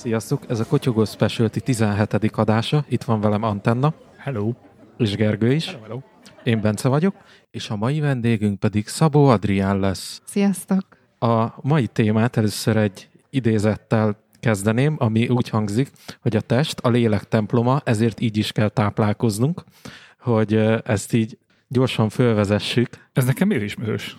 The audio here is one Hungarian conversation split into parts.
Sziasztok! Ez a Kotyogó Specialty 17. adása. Itt van velem Antenna. Hello! És Gergő is. Hello, hello. Én Bence vagyok, és a mai vendégünk pedig Szabó Adrián lesz. Sziasztok! A mai témát először egy idézettel kezdeném, ami úgy hangzik, hogy a test a lélek temploma, ezért így is kell táplálkoznunk, hogy ezt így gyorsan fölvezessük. Ez nekem miért ismerős?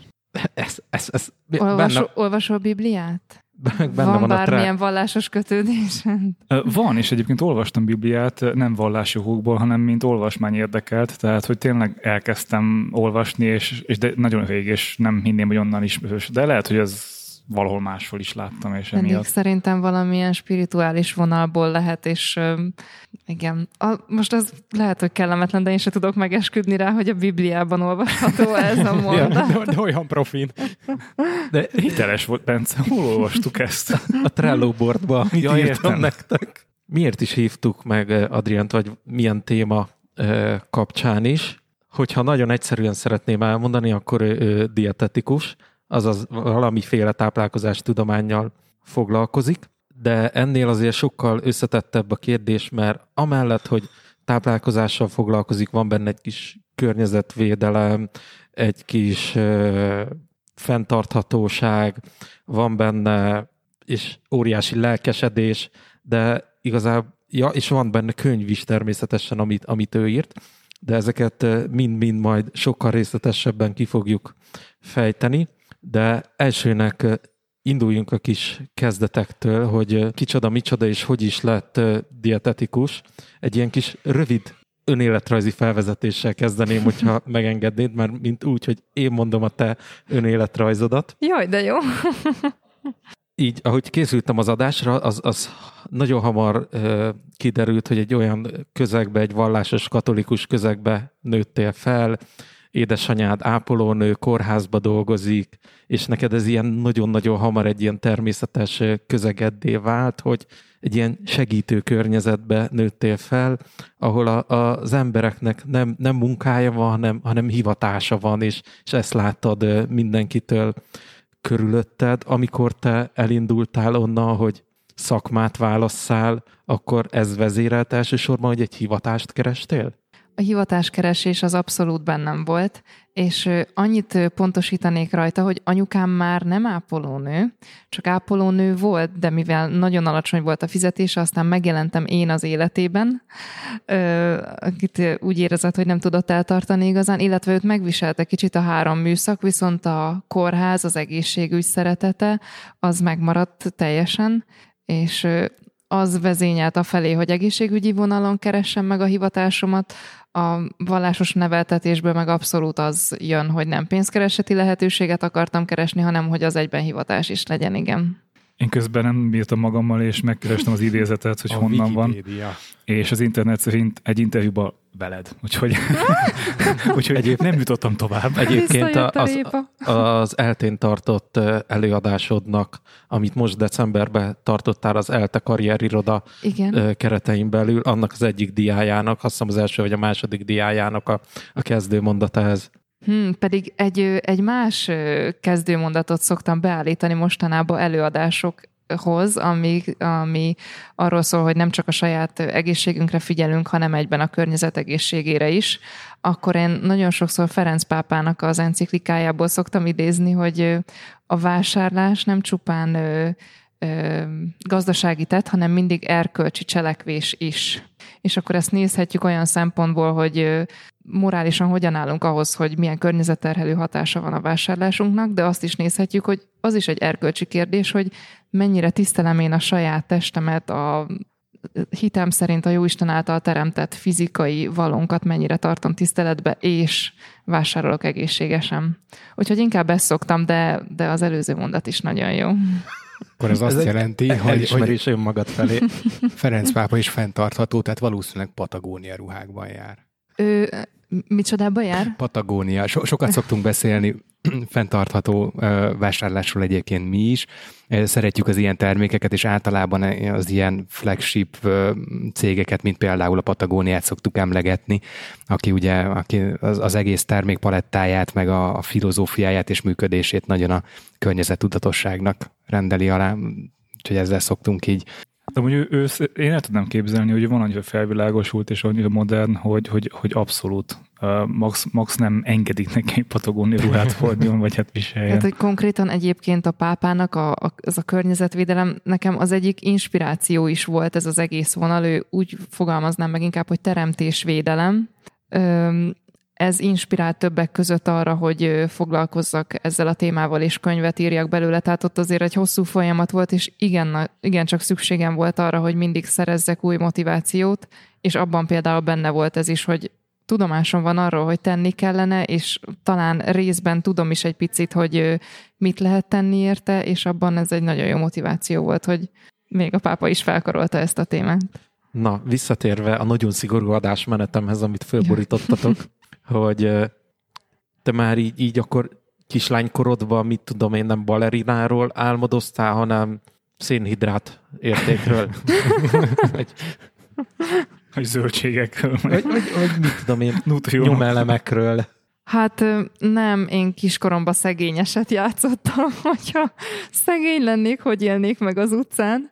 Olvasol Bibliát? Benne van van bármilyen vallásos kötődés? Van, és egyébként olvastam Bibliát, nem vallási okokból, hanem mint olvasmány érdekelt, tehát hogy tényleg elkezdtem olvasni, és de nagyon rég, és nem hinném, hogy onnan ismerős. De lehet, hogy ez valahol máshol is láttam, és emiatt. Szerintem valamilyen spirituális vonalból lehet, és igen. Most ez lehet, hogy kellemetlen, de én se tudok megesküdni rá, hogy a Bibliában olvasható ez a mondat. Ja, de olyan profin. De hiteles volt, Bence, hol olvastuk ezt? A Trello boardba, amit Ja, írtam nektek. Miért is hívtuk meg Adriánt, vagy milyen téma kapcsán is? Hogyha nagyon egyszerűen szeretném elmondani, akkor ő dietetikus, azaz valamiféle táplálkozástudománnyal foglalkozik, de ennél azért sokkal összetettebb a kérdés, mert amellett, hogy táplálkozással foglalkozik, van benne egy kis környezetvédelem, egy kis fenntarthatóság, van benne és óriási lelkesedés, de igazából, és van benne könyv is természetesen, amit ő írt, de ezeket mind-mind majd sokkal részletesebben ki fogjuk fejteni. De elsőnek induljunk a kis kezdetektől, hogy micsoda és hogy is lett dietetikus. Egy ilyen kis rövid önéletrajzi felvezetéssel kezdeném, hogyha megengednéd, mert mint úgy, hogy én mondom a te önéletrajzodat. Jaj, de jó! Így, ahogy készültem az adásra, az nagyon hamar kiderült, hogy egy olyan közegbe, egy vallásos katolikus közegbe nőttél fel, édesanyád ápolónő, kórházba dolgozik, és neked ez ilyen nagyon-nagyon hamar egy ilyen természetes közegeddé vált, hogy egy ilyen segítő környezetbe nőttél fel, ahol az embereknek nem munkája van, hanem hivatása van, és ezt láttad mindenkitől körülötted. Amikor te elindultál onnan, hogy szakmát válasszál, akkor ez vezérelt elsősorban, hogy egy hivatást kerestél? A hivatáskeresés az abszolút bennem volt, és annyit pontosítanék rajta, hogy anyukám már nem ápolónő, csak ápolónő volt, de mivel nagyon alacsony volt a fizetése, aztán megjelentem én az életében, akit úgy érezett, hogy nem tudott eltartani igazán, illetve őt megviselte kicsit a 3 műszak, viszont a kórház, az egészségügy szeretete, az megmaradt teljesen, és az vezényelt afelé, hogy egészségügyi vonalon keressem meg a hivatásomat, a vallásos neveltetésből meg abszolút az jön, hogy nem pénzkereseti lehetőséget akartam keresni, hanem hogy az egyben hivatás is legyen, igen. Én közben nem bírtam magammal, és megkerestem az idézetet, hogy honnan Wikipedia van. És az internet szerint egy interjúban veled. Úgyhogy nem jutottam tovább. Egyébként az eltén tartott előadásodnak, amit most decemberben tartottál az ELTE karrieriroda keretein belül, annak az egyik diájának, azt hiszem az első vagy a második diájának a kezdőmondata ez. Pedig egy más kezdőmondatot szoktam beállítani mostanában előadásokhoz, ami arról szól, hogy nem csak a saját egészségünkre figyelünk, hanem egyben a környezet egészségére is. Akkor én nagyon sokszor Ferenc pápának az enciklikájából szoktam idézni, hogy a vásárlás nem csupán gazdasági tett, hanem mindig erkölcsi cselekvés is. És akkor ezt nézhetjük olyan szempontból, hogy morálisan hogyan állunk ahhoz, hogy milyen környezetterhelő hatása van a vásárlásunknak, de azt is nézhetjük, hogy az is egy erkölcsi kérdés, hogy mennyire tisztelem én a saját testemet, a hitem szerint a Jóisten által teremtett fizikai valónkat mennyire tartom tiszteletbe, és vásárolok egészségesen. Úgyhogy inkább ezt szoktam, de az előző mondat is nagyon jó. Akkor ez azt jelenti, hogy önmagad felé. Ferenc pápa is fenntartható, tehát valószínűleg Patagónia ruhákban jár. Micsodában jár? Patagónia. Sokat szoktunk beszélni fenntartható vásárlásról egyébként mi is. Szeretjük az ilyen termékeket, és általában az ilyen flagship cégeket, mint például a Patagóniát szoktuk emlegetni, aki az egész termékpalettáját, meg a filozófiáját és működését nagyon a környezettudatosságnak rendeli alá. Úgyhogy ezzel szoktunk így De mondjuk én el tudnám képzelni, hogy van annyira felvilágosult és annyira modern, hogy abszolút max nem engedik neki patagóni ruhát hordjon, vagy hát viseljen. Hát, hogy konkrétan egyébként a pápának ez a környezetvédelem nekem az egyik inspiráció is volt ez az egész vonal, ő úgy fogalmaznám meg inkább, hogy teremtésvédelem. Ez inspirált többek között arra, hogy foglalkozzak ezzel a témával, és könyvet írjak belőle, tehát ott azért egy hosszú folyamat volt, és igen csak szükségem volt arra, hogy mindig szerezzek új motivációt, és abban például benne volt ez is, hogy tudomásom van arról, hogy tenni kellene, és talán részben tudom is egy picit, hogy mit lehet tenni érte, és abban ez egy nagyon jó motiváció volt, hogy még a pápa is felkarolta ezt a témát. Na, visszatérve a nagyon szigorú adásmenetemhez, amit fölborítottatok, hogy te már így akkor kislánykorodban, mit tudom én, nem balerináról álmodoztál, hanem szénhidrát értékről. Vagy zöldségekről. Vagy mit tudom én, nyomelemekről. Hát nem, én kiskoromban szegényeset játszottam, hogyha szegény lennék, hogy élnék meg az utcán,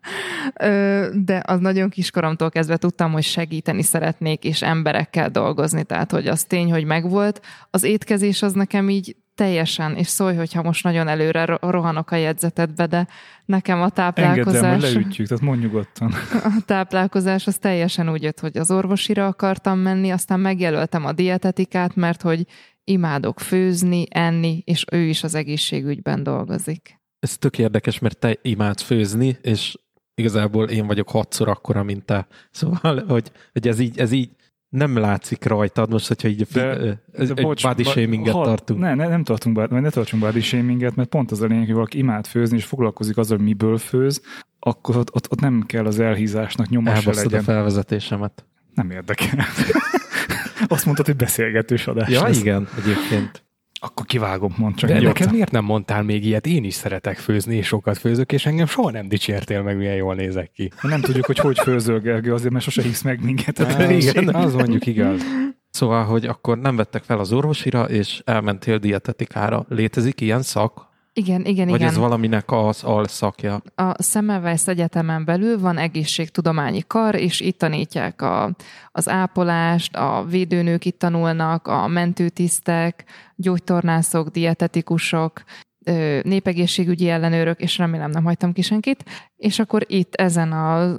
de az nagyon kiskoromtól kezdve tudtam, hogy segíteni szeretnék, és emberekkel dolgozni, tehát hogy az tény, hogy megvolt. Az étkezés az nekem így teljesen, és szólj, hogyha most nagyon előre rohanok a jegyzetedbe, de nekem a táplálkozás... Engedd el, leütjük, tehát mondj nyugodtan. A táplálkozás az teljesen úgy jött, hogy az orvosira akartam menni, aztán megjelöltem a dietetikát, mert hogy imádok főzni, enni, és ő is az egészségügyben dolgozik. Ez tök érdekes, mert te imádsz főzni, és igazából én vagyok 6-szor akkora, mint te. Szóval, hogy ez így nem látszik rajtad most, hogyha így body shaminget tartunk. Nem tartunk, ne tartsunk body shaminget, mert pont az a lényeg, hogy valaki imád főzni, és foglalkozik azzal, hogy miből főz, akkor ott nem kell az elhízásnak nyoma se legyen. Elbasztod a felvezetésemet. Nem érdekel. Azt mondtad, hogy beszélgetős adás. Ja, lesz. igen, egyébként. Akkor kivágom, mondd csak. De nekem miért nem mondtál még ilyet? Én is szeretek főzni, és sokat főzök, és engem soha nem dicsértél meg, milyen jól nézek ki. Nem tudjuk, hogy főzöl, Gergő, azért, mert sose hisz meg minket. Igen, az mondjuk igaz. Szóval, hogy akkor nem vettek fel az orvosira, és elmentél dietetikára. Létezik ilyen szak? Igen. Vagy ez valaminek az alszakja? A Semmelweis Egyetemen belül van egészségtudományi kar, és itt tanítják az ápolást, a védőnők itt tanulnak, a mentőtisztek, gyógytornászok, dietetikusok, népegészségügyi ellenőrök, és remélem nem hagytam ki senkit. És akkor itt ezen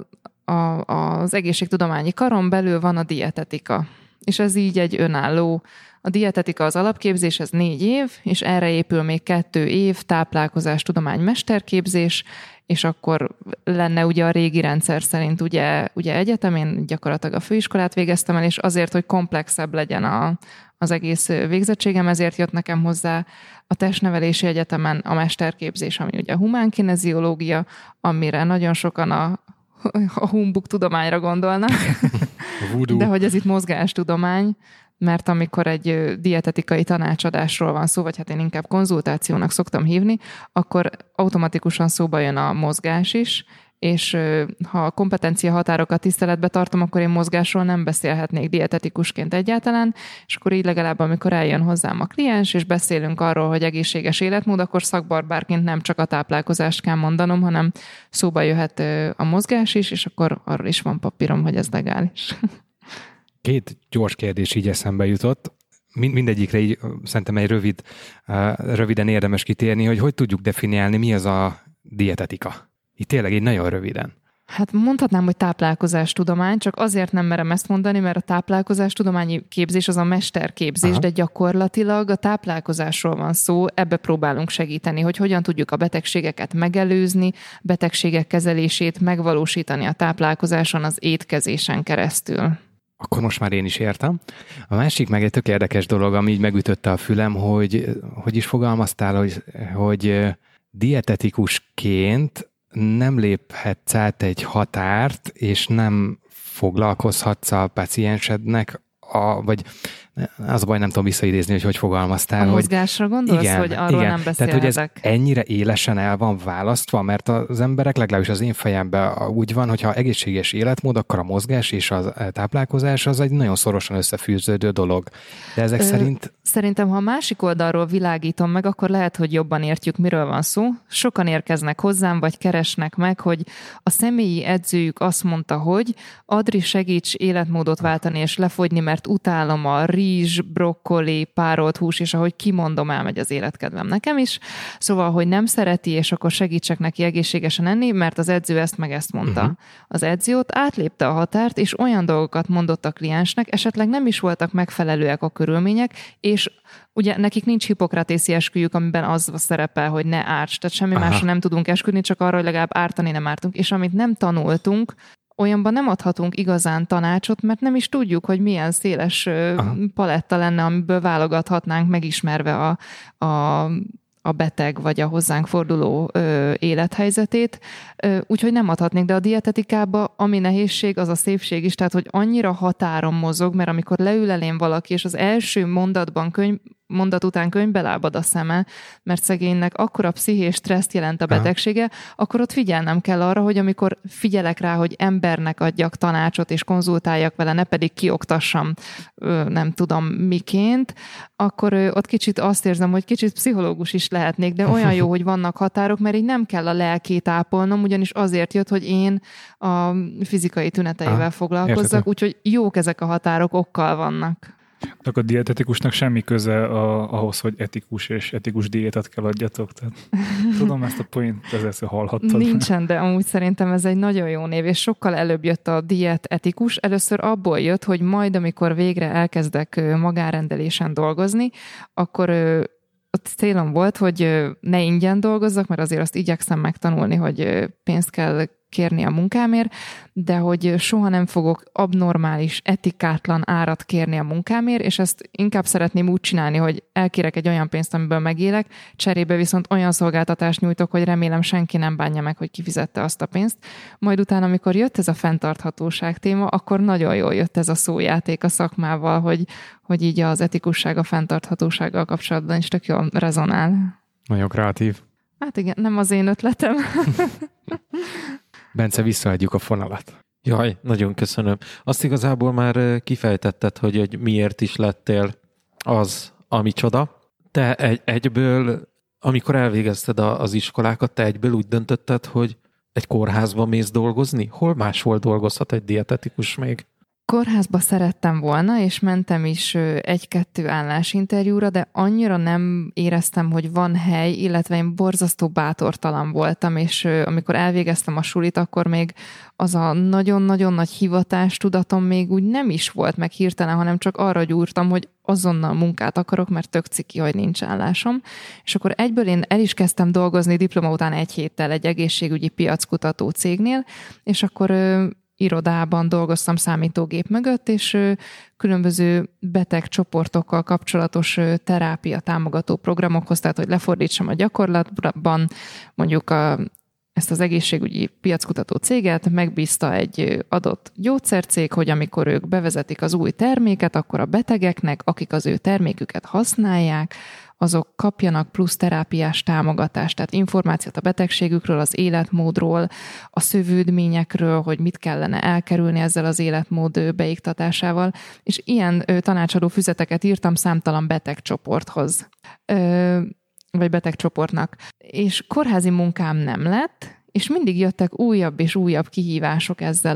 az egészségtudományi karon belül van a dietetika. És ez így egy önálló. A dietetika az alapképzés, ez 4 év, és erre épül még 2 év táplálkozástudomány mesterképzés, és akkor lenne ugye a régi rendszer szerint ugye egyetem, én gyakorlatilag a főiskolát végeztem el, és azért, hogy komplexebb legyen az egész végzettségem, ezért jött nekem hozzá a testnevelési egyetemen a mesterképzés, ami ugye a humánkineziológia, amire nagyon sokan a humbug tudományra gondolnak, de hogy ez itt mozgástudomány, mert amikor egy dietetikai tanácsadásról van szó, vagy hát én inkább konzultációnak szoktam hívni, akkor automatikusan szóba jön a mozgás is, és ha a kompetencia határokat tiszteletbe tartom, akkor én mozgásról nem beszélhetnék dietetikusként egyáltalán, és akkor így legalább, amikor eljön hozzám a kliens, és beszélünk arról, hogy egészséges életmód, akkor szakbarbárként nem csak a táplálkozást kell mondanom, hanem szóba jöhet a mozgás is, és akkor arról is van papírom, hogy ez legális. 2 gyors kérdés így eszembe jutott. Mindegyikre így szerintem egy röviden érdemes kitérni, hogy tudjuk definiálni, mi az a dietetika. Itt tényleg így nagyon röviden. Hát mondhatnám, hogy táplálkozástudomány, csak azért nem merem ezt mondani, mert a táplálkozástudományi képzés az a mesterképzés, aha, de gyakorlatilag a táplálkozásról van szó, ebbe próbálunk segíteni, hogy hogyan tudjuk a betegségeket megelőzni, betegségek kezelését megvalósítani a táplálkozáson, az étkezésen keresztül. Akkor most már én is értem. A másik meg egy tök érdekes dolog, ami így megütötte a fülem, hogy is fogalmaztál, hogy dietetikusként nem léphetsz át egy határt, és nem foglalkozhatsz a paciensednek, vagy az a baj, nem tudom visszaidézni, hogy fogalmaztál. A mozgásra gondolsz, igen, hogy arról igen. nem beszélhetek? Tehát, hogy ez ennyire élesen el van választva, mert az emberek, legalábbis az én fejemben úgy van, hogyha egészséges életmód, akkor a mozgás és a táplálkozás az egy nagyon szorosan összefűződő dolog. De ezek szerint... Szerintem, ha a másik oldalról világítom meg, akkor lehet, hogy jobban értjük, miről van szó. Sokan érkeznek hozzám, vagy keresnek meg, hogy a személyi edzőjük azt mondta, hogy Adri, segíts életmódot váltani és lefogyni, mert utálom a rizs, brokkoli, párolt hús, és ahogy kimondom, elmegy az életkedvem nekem is. Szóval, hogy nem szereti, és akkor segítsek neki egészségesen enni, mert az edző ezt meg ezt mondta. Az edző ott átlépte a határt, és olyan dolgokat mondott a kliensnek, esetleg nem is voltak megfelelőek a körülmények, és ugye nekik nincs hipokratészi esküjük, amiben az szerepel, hogy ne árts, tehát semmi másra nem tudunk esküdni, csak arra, hogy legalább ártani nem ártunk. És amit nem tanultunk, olyanban nem adhatunk igazán tanácsot, mert nem is tudjuk, hogy milyen széles paletta lenne, amiből válogathatnánk, megismerve a beteg vagy a hozzánk forduló élethelyzetét, úgyhogy nem adhatnék, de a dietetikába ami nehézség, az a szépség is, tehát hogy annyira határon mozog, mert amikor leül elém valaki, és az első mondat után könyvbe lábad a szeme, mert szegénynek akkora pszichés stresszt jelent a betegsége, akkor ott figyelnem kell arra, hogy amikor figyelek rá, hogy embernek adjak tanácsot és konzultáljak vele, ne pedig kioktassam nem tudom miként, akkor ott kicsit azt érzem, hogy kicsit pszichológus is lehetnék, de olyan jó, hogy vannak határok, mert így nem kell a lelkét ápolnom, ugyanis azért jött, hogy én a fizikai tüneteivel foglalkozzak, úgyhogy jók ezek a határok, okkal vannak. Akkor a dietetikusnak semmi köze ahhoz, hogy etikus és etikus diétát kell adjatok. Tehát, tudom, ezt a point ezzel hallhattad. Nincsen, de amúgy szerintem ez egy nagyon jó név, és sokkal előbb jött a diet etikus. Először abból jött, hogy majd, amikor végre elkezdek magánrendelésen dolgozni, akkor ott célom volt, hogy ne ingyen dolgozzak, mert azért azt igyekszem megtanulni, hogy pénzt kell kérni a munkámért, de hogy soha nem fogok abnormális, etikátlan árat kérni a munkámért, és ezt inkább szeretném úgy csinálni, hogy elkérek egy olyan pénzt, amiből megélek, cserébe viszont olyan szolgáltatást nyújtok, hogy remélem senki nem bánja meg, hogy kifizette azt a pénzt. Majd utána, amikor jött ez a fenntarthatóság téma, akkor nagyon jól jött ez a szójáték a szakmával, hogy így az etikusság a fenntarthatósággal kapcsolatban is tök jól rezonál. Nagyon kreatív. Hát igen, nem az én ötletem. Bence, visszaadjuk a fonalat. Jaj, nagyon köszönöm. Azt igazából már kifejtetted, hogy miért is lettél az, amicsoda. Te egyből, amikor elvégezted az iskolákat, te egyből úgy döntötted, hogy egy kórházba mész dolgozni? Hol máshol dolgozhat egy dietetikus még? Kórházba szerettem volna, és mentem is 1-2 állásinterjúra, de annyira nem éreztem, hogy van hely, illetve én borzasztó bátortalan voltam, és amikor elvégeztem a sulit, akkor még az a nagyon-nagyon nagy hivatástudatom még úgy nem is volt meg hirtelen, hanem csak arra gyúrtam, hogy azonnal munkát akarok, mert tök ciki, hogy nincs állásom. És akkor egyből én el is kezdtem dolgozni diploma után 1 héttel egy egészségügyi piackutató cégnél, és akkor irodában dolgoztam számítógép mögött, és különböző betegcsoportokkal kapcsolatos terápia támogató programokhoz, tehát hogy lefordítsam a gyakorlatban, mondjuk ezt az egészségügyi piackutató céget megbízta egy adott gyógyszercég, hogy amikor ők bevezetik az új terméket, akkor a betegeknek, akik az ő terméküket használják, azok kapjanak plusz terápiás támogatást, tehát információt a betegségükről, az életmódról, a szövődményekről, hogy mit kellene elkerülni ezzel az életmód beiktatásával, és ilyen tanácsadó füzeteket írtam számtalan betegcsoporthoz, vagy betegcsoportnak. És kórházi munkám nem lett, és mindig jöttek újabb és újabb kihívások ezzel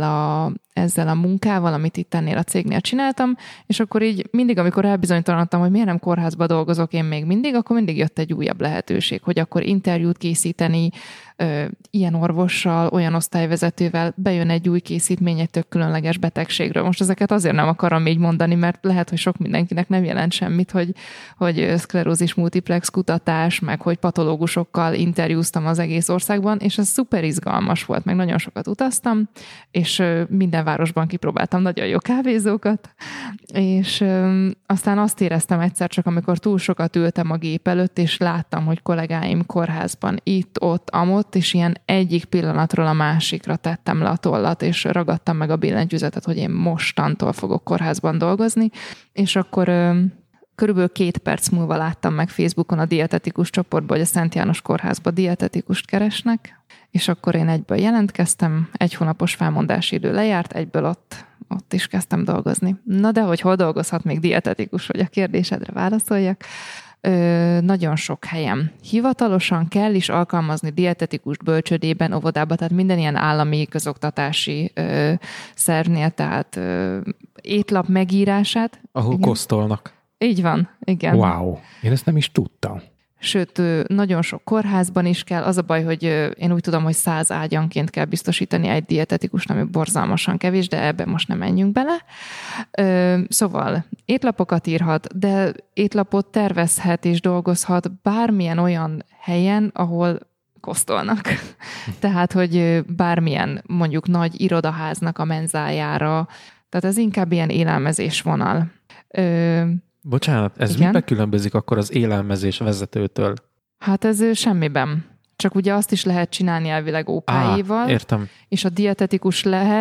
a munkával, amit itt ennél a cégnél csináltam, és akkor így mindig, amikor elbizonytalanodtam, hogy miért nem kórházba dolgozok én még mindig, akkor mindig jött egy újabb lehetőség, hogy akkor interjút készíteni, ilyen orvossal, olyan osztályvezetővel, bejön egy új készítmény egy tök különleges betegségről. Most ezeket azért nem akarom így mondani, mert lehet, hogy sok mindenkinek nem jelent semmit, hogy szklerózis multiplex kutatás, meg hogy patológusokkal interjúztam az egész országban, és ez szuper izgalmas volt, meg nagyon sokat utaztam, és minden városban kipróbáltam nagyon jó kávézókat, és aztán azt éreztem egyszer csak, amikor túl sokat ültem a gép előtt, és láttam, hogy kollégáim kórházban itt, ott, amott, ott is ilyen egyik pillanatról a másikra tettem le a tollat, és ragadtam meg a billentyűzetet, hogy én mostantól fogok kórházban dolgozni, és akkor körülbelül 2 perc múlva láttam meg Facebookon a dietetikus csoportban, hogy a Szent János Kórházba dietetikust keresnek, és akkor én egyből jelentkeztem, 1 hónapos felmondási idő lejárt, egyből ott is kezdtem dolgozni. Na de hogy hol dolgozhat még dietetikus, hogy a kérdésedre válaszoljak? Nagyon sok helyen. Hivatalosan kell is alkalmazni dietetikust bölcsődében, óvodában, tehát minden ilyen állami közoktatási szervnél, tehát étlap megírását. Ahol igen. Kosztolnak. Így van, igen. Wow, én ezt nem is tudtam. Sőt, nagyon sok kórházban is kell. Az a baj, hogy én úgy tudom, hogy 100 ágyanként kell biztosítani egy dietetikus, ami borzalmasan kevés, de ebbe most nem menjünk bele. Szóval étlapokat írhat, de étlapot tervezhet és dolgozhat bármilyen olyan helyen, ahol kosztolnak. Tehát, hogy bármilyen mondjuk nagy irodaháznak a menzájára. Tehát ez inkább ilyen élelmezés vonal. Bocsánat, ez igen? miben különbözik akkor az élelmezés vezetőtől? Hát ez semmiben. Csak ugye azt is lehet csinálni elvileg OK-jéval, értem. És a dietetikus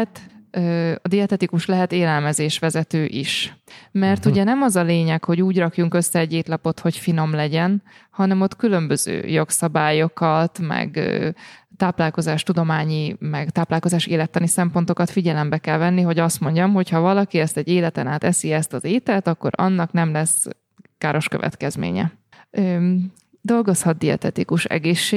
lehet élelmezésvezető is. Mert ugye nem az a lényeg, hogy úgy rakjunk össze egy étlapot, hogy finom legyen, hanem ott különböző jogszabályokat, meg táplálkozástudományi, meg táplálkozás élettani szempontokat figyelembe kell venni, hogy azt mondjam, hogy ha valaki ezt egy életen át eszi ezt az ételt, akkor annak nem lesz káros következménye. Dolgozhat dietetikus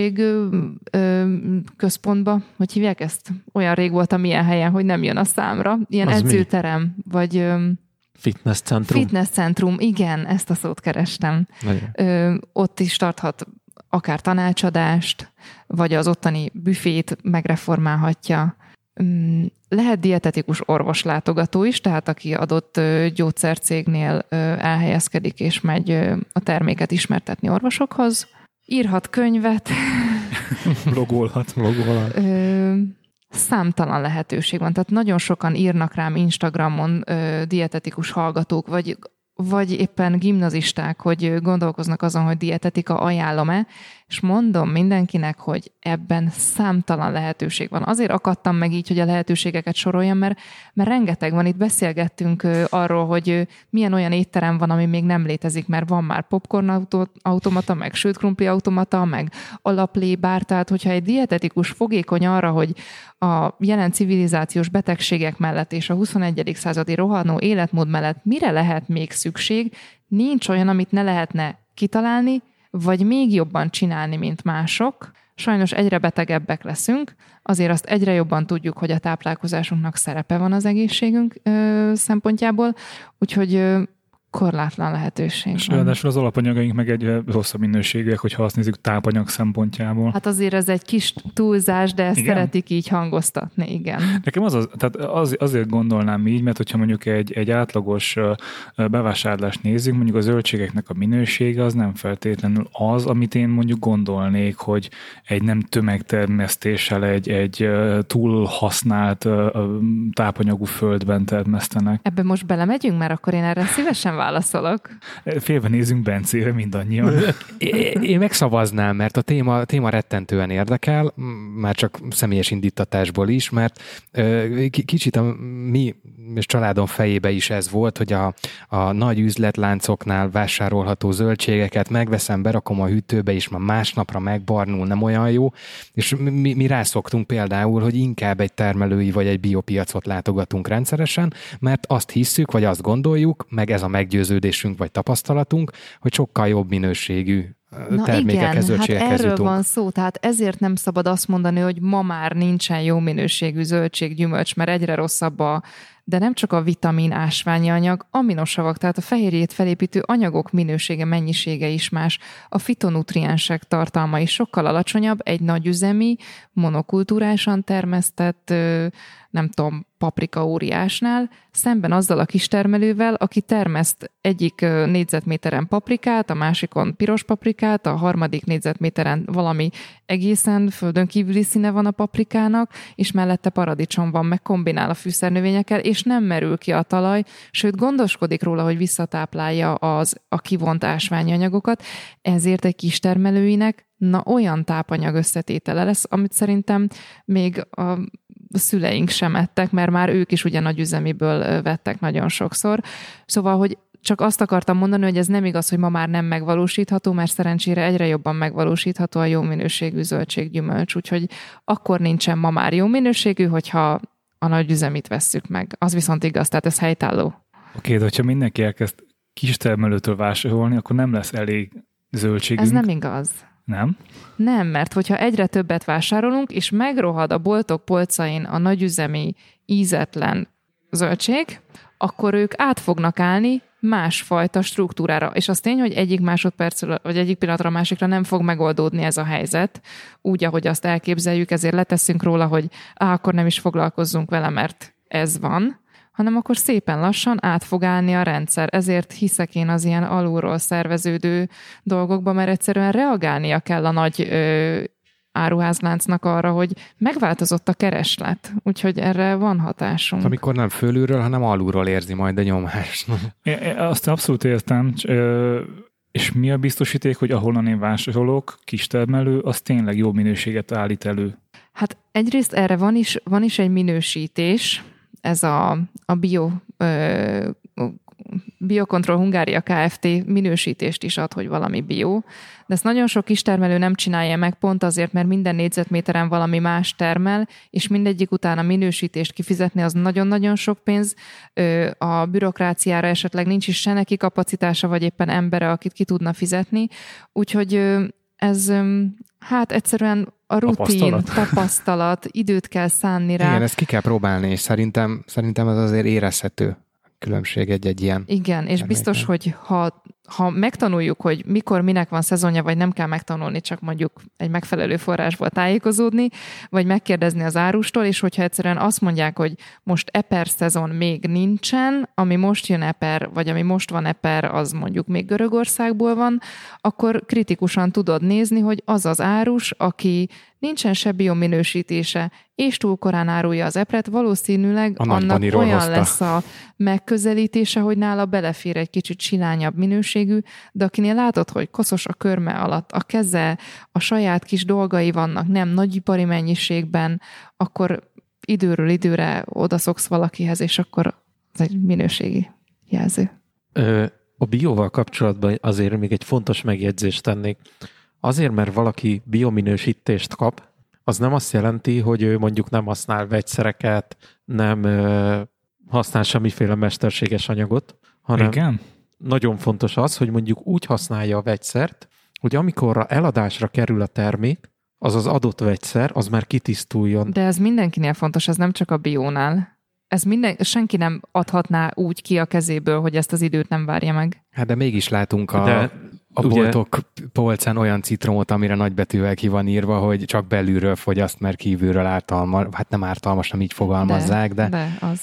központba, hogy hívják ezt? Olyan rég voltam ilyen helyen, hogy nem jön a számra. Ilyen az edzőterem, vagy fitnesscentrum. Fitnesscentrum, igen, ezt a szót kerestem. Ott is tarthat akár tanácsadást, vagy az ottani büfét megreformálhatja. Lehet dietetikus orvoslátogató is, tehát aki adott gyógyszercégnél elhelyezkedik, és megy a terméket ismertetni orvosokhoz. Írhat könyvet. Blogolhat. Számtalan lehetőség van. Tehát nagyon sokan írnak rám Instagramon dietetikus hallgatók, vagy éppen gimnazisták, hogy gondolkoznak azon, hogy dietetika ajánlom-e, és mondom mindenkinek, hogy ebben számtalan lehetőség van. Azért akadtam meg így, hogy a lehetőségeket soroljam, mert rengeteg van. Itt beszélgettünk arról, hogy milyen olyan étterem van, ami még nem létezik, mert van már popcorn automata, meg sült krumpli automata, meg alaplébár, tehát hogyha egy dietetikus fogékony arra, hogy a jelen civilizációs betegségek mellett és a 21. századi rohanó életmód mellett mire lehet még szükség, nincs olyan, amit ne lehetne kitalálni, vagy még jobban csinálni, mint mások. Sajnos egyre betegebbek leszünk, azért azt egyre jobban tudjuk, hogy a táplálkozásunknak szerepe van az egészségünk szempontjából, úgyhogy korlátlan lehetőség. És ráadásul az alapanyagaink meg egy rosszabb minőségűek, hogyha azt nézzük tápanyag szempontjából. Hát azért ez egy kis túlzás, de ezt igen? Szeretik így hangoztatni, igen. Nekem azért gondolnám így, mert hogyha mondjuk egy átlagos bevásárlást nézzük, mondjuk a zöldségeknek a minősége az nem feltétlenül az, amit én mondjuk gondolnék, hogy egy nem tömegtermesztéssel egy túl használt tápanyagú földben termesztenek. Ebbe most belemegyünk, mert akkor én erre szívesen válaszolok. Félve nézünk Bencére mindannyian. Én megszavaznám, mert a téma rettentően érdekel, már csak személyes indítatásból is, mert kicsit a mi és családom fejébe is ez volt, hogy a nagy üzletláncoknál vásárolható zöldségeket megveszem, berakom a hűtőbe, és már másnapra megbarnul, nem olyan jó, és mi rászoktunk például, hogy inkább egy termelői vagy egy biopiacot látogatunk rendszeresen, mert azt hisszük, vagy azt gondoljuk, meg ez a meggyőződésünk vagy tapasztalatunk, hogy sokkal jobb minőségű termékekhez, zöldségekhez hát erről jutunk. van szó, tehát ezért nem szabad azt mondani, hogy ma már nincsen jó minőségű zöldség, gyümölcs, mert egyre rosszabb de nem csak a vitamin, ásványi anyag, aminosavak, tehát a fehérjét felépítő anyagok minősége, mennyisége is más. A fitonutriensek tartalma is sokkal alacsonyabb egy nagyüzemi, monokultúrásan termesztett, nem tudom, paprika óriásnál, szemben azzal a kistermelővel, aki termeszt egyik négyzetméteren paprikát, a másikon piros paprikát, a harmadik négyzetméteren valami egészen földön kívüli színe van a paprikának, és mellette paradicsom van, meg kombinál a fűszernövényekkel, és és nem merül ki a talaj, sőt gondoskodik róla, hogy visszatáplálja a kivont ásványi anyagokat, ezért egy kistermelőinek olyan tápanyag összetétele lesz, amit szerintem még a szüleink sem ettek, mert már ők is ugye nagyüzemiből vettek nagyon sokszor. Szóval, hogy csak azt akartam mondani, hogy ez nem igaz, hogy ma már nem megvalósítható, mert szerencsére egyre jobban megvalósítható a jó minőségű zöldséggyümölcs, úgyhogy akkor nincsen ma már jó minőségű, hogyha a nagyüzemit vesszük meg. Az viszont igaz, tehát ez helytálló. Oké, de hogyha mindenki elkezd kistermelőtől vásárolni, akkor nem lesz elég zöldségünk. Ez nem igaz. Nem? Nem, mert hogyha egyre többet vásárolunk, és megrohad a boltok polcain a nagyüzemi ízetlen zöldség, akkor ők át fognak állni másfajta struktúrára. És az tény, hogy egyik másodpercről, vagy egyik pillanatra a másikra nem fog megoldódni ez a helyzet, úgy, ahogy azt elképzeljük, ezért leteszünk róla, hogy akkor nem is foglalkozzunk vele, mert ez van, hanem akkor szépen lassan át fog állni a rendszer. Ezért hiszek én az ilyen alulról szerveződő dolgokba, mert egyszerűen reagálnia kell a nagy áruházláncnak arra, hogy megváltozott a kereslet, úgyhogy erre van hatásunk. Amikor nem fölülről, hanem alulról érzi majd a nyomást. Azt abszolút értem, és mi a biztosíték, hogy ahonnan én vásárolok, kistermelő, az tényleg jó minőséget állít elő? Hát egyrészt erre van is egy minősítés, ez a Biocontrol Hungária Kft. Minősítést is ad, hogy valami bio, de ezt nagyon sok kistermelő nem csinálja meg pont azért, mert minden négyzetméteren valami más termel, és mindegyik után a minősítést kifizetni az nagyon-nagyon sok pénz. A bürokráciára esetleg nincs is se neki kapacitása, vagy éppen embere, akit ki tudna fizetni. Úgyhogy ez hát egyszerűen a rutin, tapasztalat, időt kell szánni rá. Igen, ezt ki kell próbálni, és szerintem ez azért érezhető különbség egy ilyen. Igen, és biztos, hogy ha megtanuljuk, hogy mikor, minek van szezonja, vagy nem kell megtanulni, csak mondjuk egy megfelelő forrásból tájékozódni, vagy megkérdezni az árustól, és hogyha egyszerűen azt mondják, hogy most eper szezon még nincsen, ami most jön eper, vagy ami most van eper, az mondjuk még Görögországból van, akkor kritikusan tudod nézni, hogy az az árus, aki nincsen se biominősítése, és túl korán árulja az epret, valószínűleg annak olyan lesz a megközelítése, hogy nála belefér egy kicsit silányabb minőségű, de akinél látod, hogy koszos a körme alatt, a keze, a saját kis dolgai vannak, nem nagyipari mennyiségben, akkor időről időre odaszoksz valakihez, és akkor ez egy minőségi jelző. A bióval kapcsolatban azért még egy fontos megjegyzést tennék. Azért, mert valaki biominősítést kap, az nem azt jelenti, hogy ő mondjuk nem használ vegyszereket, nem használ semmiféle mesterséges anyagot, hanem igen? Nagyon fontos az, hogy mondjuk úgy használja a vegyszert, hogy amikor eladásra kerül a termék, az adott vegyszer, az már kitisztuljon. De ez mindenkinél fontos, ez nem csak a biónál. Senki nem adhatná úgy ki a kezéből, hogy ezt az időt nem várja meg. Hát de mégis látunk a boltok polcán olyan citromot, amire nagybetűvel ki van írva, hogy csak belülről fogyaszt, mert kívülről ártalmas. Hát nem ártalmas, nem így fogalmazzák, de... De az.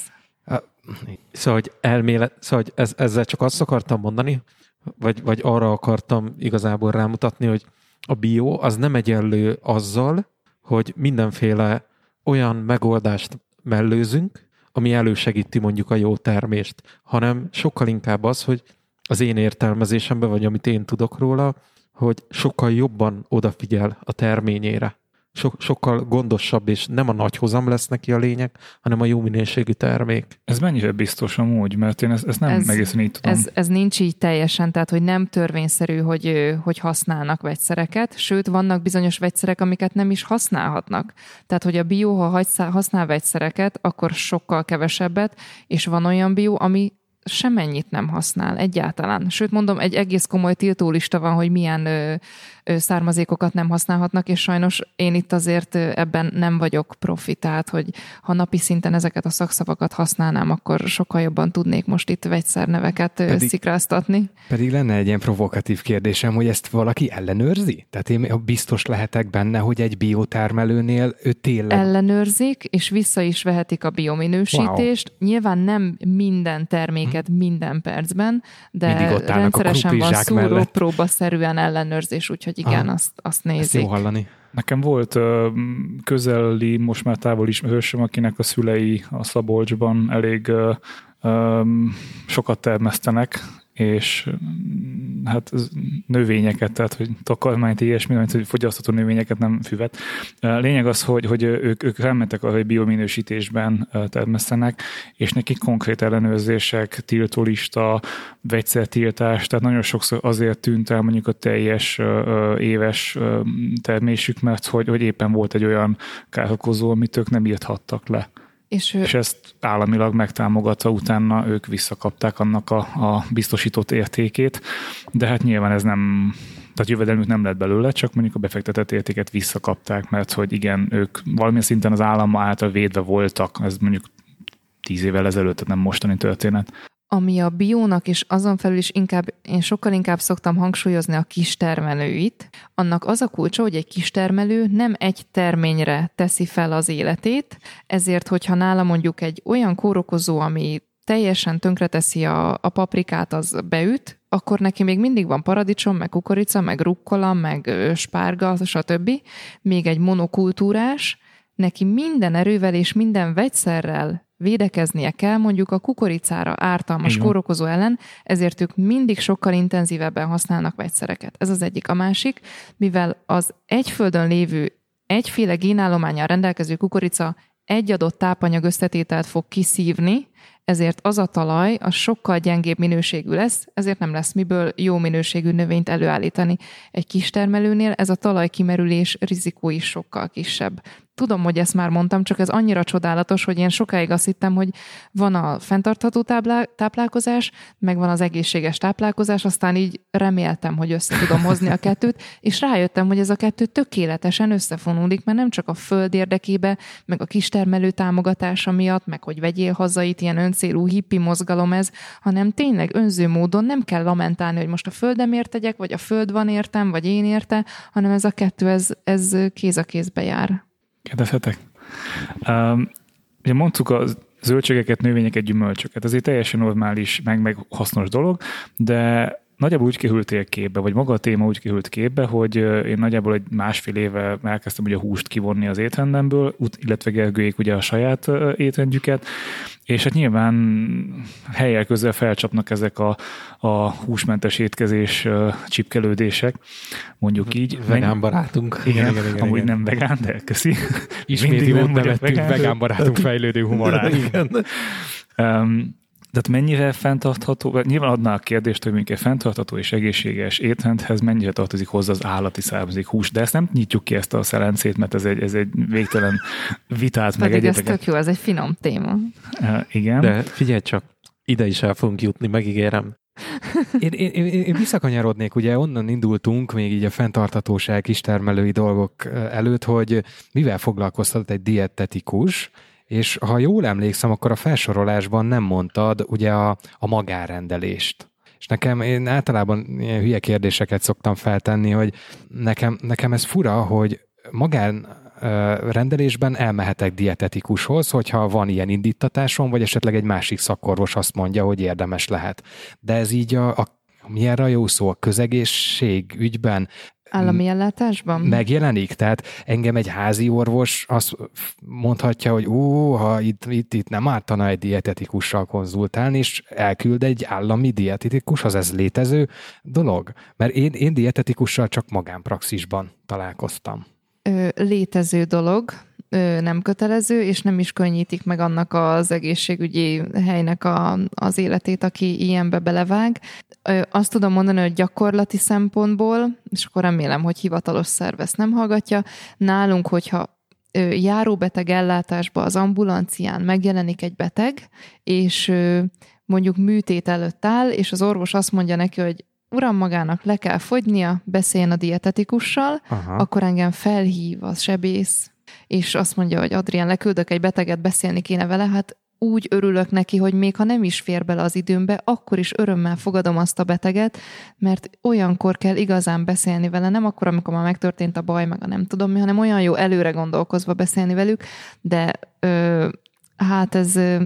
Szóval, hogy ezzel csak azt akartam mondani, vagy arra akartam igazából rámutatni, hogy a bio az nem egyenlő azzal, hogy mindenféle olyan megoldást mellőzünk, ami elősegíti mondjuk a jó termést, hanem sokkal inkább az, hogy az én értelmezésemben, vagy amit én tudok róla, hogy sokkal jobban odafigyel a terményére. Sokkal gondosabb, és nem a nagy hozam lesz neki a lényeg, hanem a jó minőségű termék. Ez mennyire biztos amúgy, mert én ezt nem egészen így tudom. Ez nincs így teljesen, tehát hogy nem törvényszerű, hogy használnak vegyszereket, sőt vannak bizonyos vegyszerek, amiket nem is használhatnak. Tehát, hogy a bio, ha használ vegyszereket, akkor sokkal kevesebbet, és van olyan bio, ami semennyit nem használ egyáltalán. Sőt, mondom, egy egész komoly tiltólista van, hogy milyen származékokat nem használhatnak, és sajnos én itt azért ebben nem vagyok profi, tehát, hogy ha napi szinten ezeket a szakszavakat használnám, akkor sokkal jobban tudnék most itt vegyszerneveket szikráztatni. Pedig lenne egy ilyen provokatív kérdésem, hogy ezt valaki ellenőrzi? Tehát én biztos lehetek benne, hogy egy biotermelőnél ő tényleg... Ellenőrzik, és vissza is vehetik a biominősítést. Wow. Nyilván nem minden terméket minden percben, de rendszeresen van szúrópróbaszerűen ellenőrzés, úgyhogy igen, azt nézik. Ezt jó hallani. Nekem volt közeli, most már távol ismerősöm, akinek a szülei a Szabolcsban elég sokat termesztenek, és hát növényeket, tehát hogy takarmányt, ilyesmi, hogy fogyasztható növényeket, nem füvet. Lényeg az, hogy ők elmentek arra, hogy biominősítésben termesztenek, és nekik konkrét ellenőrzések, tiltólista, vegyszertiltás, tehát nagyon sokszor azért tűnt el mondjuk a teljes éves termésük, mert hogy éppen volt egy olyan károkozó, amit ők nem írthattak le. És ezt államilag megtámogatva utána ők visszakapták annak a biztosított értékét, de hát nyilván ez nem, tehát jövedelmük nem lett belőle, csak mondjuk a befektetett értéket visszakapták, mert hogy igen, ők valamilyen szinten az állam által védve voltak, ez mondjuk 10 évvel ezelőtt, tehát nem mostani történet. Ami a biónak, és azon felül is én sokkal inkább szoktam hangsúlyozni a kistermelőit, annak az a kulcsa, hogy egy kistermelő nem egy terményre teszi fel az életét, ezért, hogyha nála mondjuk egy olyan kórokozó, ami teljesen tönkreteszi a paprikát, az beüt, akkor neki még mindig van paradicsom, meg kukorica, meg rukkola, meg spárga, stb. Még egy monokultúrás, neki minden erővel és minden vegyszerrel védekeznie kell mondjuk a kukoricára ártalmas kórokozó ellen, ezért ők mindig sokkal intenzívebben használnak vegyszereket. Ez az egyik. A másik, mivel az egy földön lévő, egyféle génállománnyal rendelkező kukorica egy adott tápanyag összetételt fog kiszívni, ezért az a talaj az sokkal gyengébb minőségű lesz, ezért nem lesz miből jó minőségű növényt előállítani. Egy kistermelőnél ez a talajkimerülés rizikó is sokkal kisebb. Tudom, hogy ezt már mondtam, csak ez annyira csodálatos, hogy én sokáig azt hittem, hogy van a fenntartható táplálkozás, meg van az egészséges táplálkozás, aztán így reméltem, hogy össze tudom hozni a kettőt, és rájöttem, hogy ez a kettő tökéletesen összefonódik, mert nem csak a föld érdekébe, meg a kistermelő támogatása miatt, meg hogy vegyél haza, itt ilyen öncélú hippi mozgalom ez, hanem tényleg önző módon nem kell lamentálni, hogy most a földemért tegyek, vagy a föld van értem, vagy én érte, hanem ez a kettő, ez kéz a kézbe jár. Kérdezhetek? Ugye mondtuk a zöldségeket, növényeket, gyümölcsöket. Ez egy teljesen normális, meg hasznos dolog, de nagyjából úgy kerültél képbe, vagy maga a téma úgy került képbe, hogy én nagyjából egy másfél éve elkezdtem ugye a húst kivonni az étrendemből, illetve Gergőjék ugye a saját étrendjüket, és hát nyilván helyel közel felcsapnak ezek a húsmentes étkezés csipkelődések, mondjuk így. Vegán barátunk. Igen, amúgy nem vegán, de köszi. Ismét jót nevettünk vegán barátunk fejlődő humorán. Tehát mennyire fenntartható, nyilván adná a kérdést, hogy mondjuk egy fenntartható és egészséges étrendhez mennyire tartozik hozzá az állati származék hús, de ezt nem nyitjuk ki ezt a szelencét, mert ez egy végtelen vitát meg egyébként. Pedig ez tök jó, ez egy finom téma. Igen. De figyelj csak, ide is el fogunk jutni, megígérem. Én visszakanyarodnék, ugye onnan indultunk még így a fenntarthatóság kistermelői dolgok előtt, hogy mivel foglalkoztat egy dietetikus, és ha jól emlékszem, akkor a felsorolásban nem mondtad ugye a magánrendelést. És én általában ilyen hülye kérdéseket szoktam feltenni, hogy nekem ez fura, hogy magánrendelésben elmehetek dietetikushoz, hogyha van ilyen indítatásom, vagy esetleg egy másik szakorvos azt mondja, hogy érdemes lehet. De ez így mi erre a jó szó, a közegészség ügyben állami ellátásban? Megjelenik, tehát engem egy házi orvos azt mondhatja, hogy ha itt nem ártana egy dietetikussal konzultálni, és elküld egy állami dietetikushoz, ez létező dolog? Mert én dietetikussal csak magánpraxisban találkoztam. Létező dolog, nem kötelező, és nem is könnyítik meg annak az egészségügyi helynek az életét, aki ilyenbe belevág. Azt tudom mondani, hogy gyakorlati szempontból, és akkor remélem, hogy hivatalos szerv ezt nem hallgatja, nálunk, hogyha járóbeteg ellátásba az ambulancián megjelenik egy beteg, és mondjuk műtét előtt áll, és az orvos azt mondja neki, hogy uram, magának le kell fogynia, beszéljen a dietetikussal, akkor engem felhív a sebész, és azt mondja, hogy Adrián, leküldök egy beteget, beszélni kéne vele, hát úgy örülök neki, hogy még ha nem is fér bele az időmbe, akkor is örömmel fogadom azt a beteget, mert olyankor kell igazán beszélni vele, nem akkor, amikor már megtörtént a baj, meg a nem tudom mi, hanem olyan jó előre gondolkozva beszélni velük, de hát ez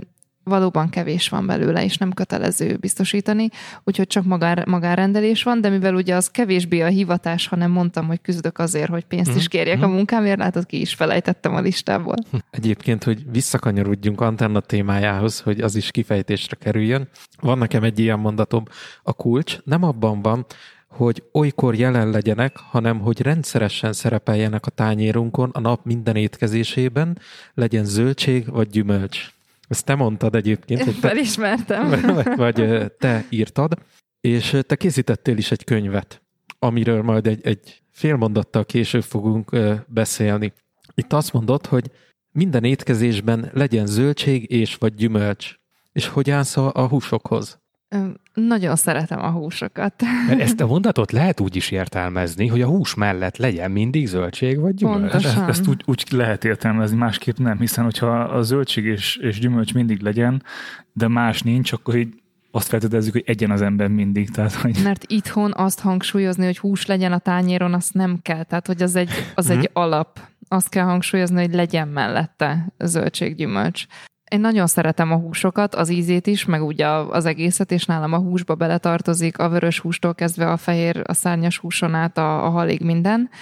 valóban kevés van belőle, és nem kötelező biztosítani, úgyhogy csak magánrendelés van, de mivel ugye az kevésbé a hivatás, hanem mondtam, hogy küzdök azért, hogy pénzt is kérjek a munkámért, látod, ki is felejtettem a listából. Egyébként, hogy visszakanyarodjunk Antenna témájához, hogy az is kifejtésre kerüljön. Van nekem egy ilyen mondatom, a kulcs nem abban van, hogy olykor jelen legyenek, hanem hogy rendszeresen szerepeljenek a tányérunkon a nap minden étkezésében, legyen zöldség vagy gyümölcs. Ezt te mondtad egyébként. Hogy felismertem. Vagy te írtad, és te készítettél is egy könyvet, amiről majd egy fél mondattal később fogunk beszélni. Itt azt mondod, hogy minden étkezésben legyen zöldség és vagy gyümölcs. És hogy állsz a húsokhoz? Nagyon szeretem a húsokat. Mert ezt a mondatot lehet úgy is értelmezni, hogy a hús mellett legyen mindig zöldség vagy gyümölcs. Pontosan. Ezt úgy lehet értelmezni, másképp nem, hiszen hogyha a zöldség és gyümölcs mindig legyen, de más nincs, akkor így azt feltételezzük, hogy egyen az ember mindig. Tehát, hogy... Mert itthon azt hangsúlyozni, hogy hús legyen a tányéron, azt nem kell. Tehát, hogy az egy alap. Azt kell hangsúlyozni, hogy legyen mellette zöldséggyümölcs. Én nagyon szeretem a húsokat, az ízét is, meg úgy az egészet, és nálam a húsba beletartozik a vörös hústól kezdve a fehér, a szárnyas húson át a halig minden.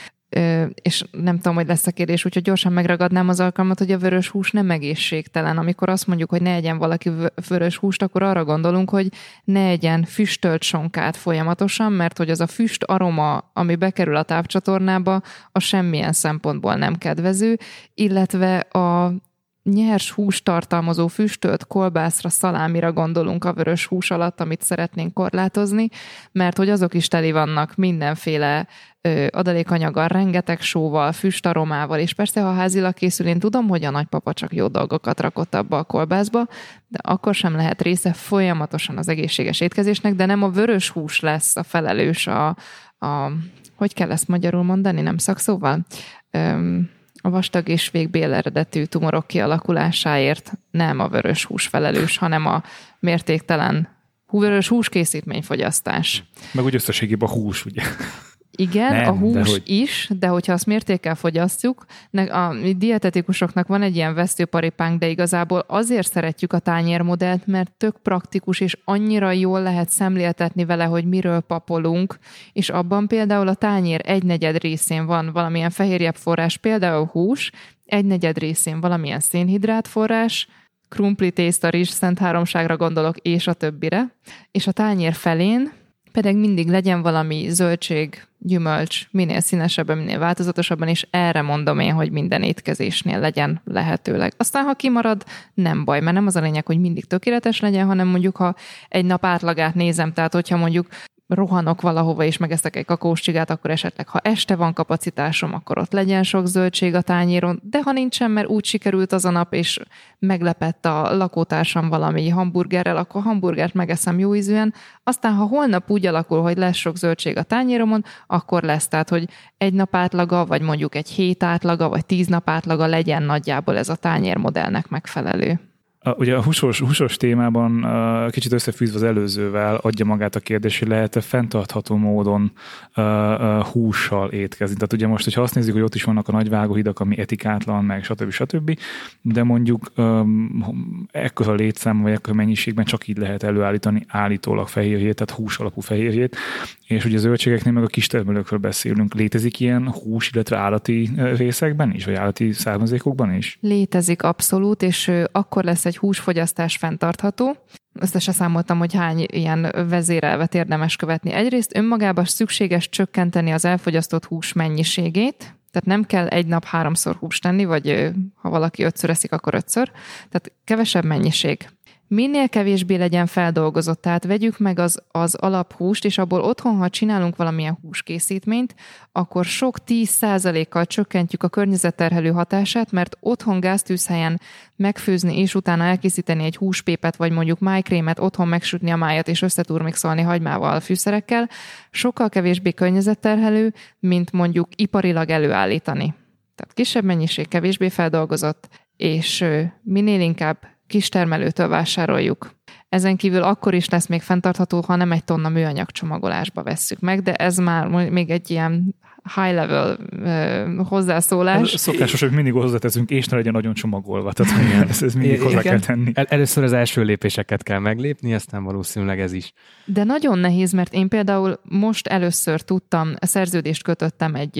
És nem tudom, hogy lesz a kérdés, úgyhogy gyorsan megragadnám az alkalmat, hogy a vörös hús nem egészségtelen. Amikor azt mondjuk, hogy ne egyen valaki vörös húst, akkor arra gondolunk, hogy ne egyen füstölt sonkát folyamatosan, mert hogy az a füst aroma, ami bekerül a tápcsatornába, az semmilyen szempontból nem kedvező, illetve a nyers húst tartalmazó füstölt kolbászra, szalámira gondolunk a vörös hús alatt, amit szeretnénk korlátozni, mert hogy azok is teli vannak mindenféle adalékanyaggal, rengeteg sóval, füstaromával, és persze, ha házilag készül, én tudom, hogy a nagypapa csak jó dolgokat rakott abba a kolbászba, de akkor sem lehet része folyamatosan az egészséges étkezésnek, de nem a vörös hús lesz a felelős hogy kell ezt magyarul mondani, nem szakszóval? A vastag és végbél eredetű tumorok kialakulásáért nem a vörös hús felelős, hanem a mértéktelen vörös húskészítményfogyasztás. Meg úgy összességében a hús, ugye? Igen, nem, a hús is, de hogyha azt mértékkel fogyasztjuk, a dietetikusoknak van egy ilyen vesztőparipánk, de igazából azért szeretjük a tányérmodellt, mert tök praktikus, és annyira jól lehet szemléltetni vele, hogy miről papolunk, és abban például a tányér 1/4 részén van valamilyen fehérjebb forrás, például hús, 1/4 részén valamilyen szénhidrát forrás, krumpli, tészta, rizs, szent háromságra gondolok, és a többire, és a tányér felén pedig mindig legyen valami zöldség, gyümölcs, minél színesebben, minél változatosabban, és erre mondom én, hogy minden étkezésnél legyen lehetőleg. Aztán, ha kimarad, nem baj, mert nem az a lényeg, hogy mindig tökéletes legyen, hanem mondjuk, ha egy nap átlagát nézem, tehát hogyha mondjuk rohanok valahova, és megeszek egy kakaós csigát, akkor esetleg, ha este van kapacitásom, akkor ott legyen sok zöldség a tányéron, de ha nincsen, mert úgy sikerült az a nap, és meglepett a lakótársam valami hamburgerrel, akkor hamburgert megeszem jó ízűen, aztán, ha holnap úgy alakul, hogy lesz sok zöldség a tányéromon, akkor lesz, tehát, hogy egy nap átlaga, vagy mondjuk egy hét átlaga, vagy 10 nap átlaga legyen nagyjából ez a tányérmodellnek megfelelő. Ugye a húsos témában kicsit összefűzve az előzővel adja magát a kérdés, hogy lehet-e fenntartható módon hússal étkezni. Tehát ugye most, hogyha azt nézzük, hogy ott is vannak a nagy vágóhidak, ami etikátlan, meg stb. De mondjuk ekkora létszám, vagy ekkora mennyiségben csak így lehet előállítani állítólag fehérjét, tehát hús alapú fehérjét. És ugye a zöldségeknél meg a kistermelőkről beszélünk. Létezik ilyen hús, illetve állati részekben is, vagy állati származékokban is? Létezik abszolút, és akkor lesz egy húsfogyasztás fenntartható. Összesen számoltam, hogy hány ilyen vezérelvet érdemes követni. Egyrészt önmagában szükséges csökkenteni az elfogyasztott hús mennyiségét, tehát nem kell egy nap 3-szor húst tenni, vagy ha valaki 5-ször eszik, akkor 5-ször. Tehát kevesebb mennyiség. Minél kevésbé legyen feldolgozott, tehát vegyük meg az alaphúst, és abból otthon, ha csinálunk valamilyen húskészítményt, akkor sok 10%-kal csökkentjük a környezetterhelő hatását, mert otthon gáztűzhelyen megfőzni és utána elkészíteni egy húspépet, vagy mondjuk májkrémet, otthon megsütni a májat és összeturmixolni hagymával, fűszerekkel, sokkal kevésbé környezetterhelő, mint mondjuk iparilag előállítani. Tehát kisebb mennyiség, kevésbé feldolgozott, és minél inkább kistermelőtől vásároljuk. Ezen kívül akkor is lesz még fenntartható, ha nem 1 tonna műanyag csomagolásba vesszük meg, de ez már még egy ilyen high level hozzászólás. Ez szokásos, hogy mindig hozzáteszünk, és ne legyen nagyon csomagolva. Tehát ez mindig hozzá kell tenni. Először az első lépéseket kell meglépni, aztán valószínűleg ez is. De nagyon nehéz, mert én például most először tudtam, szerződést kötöttem egy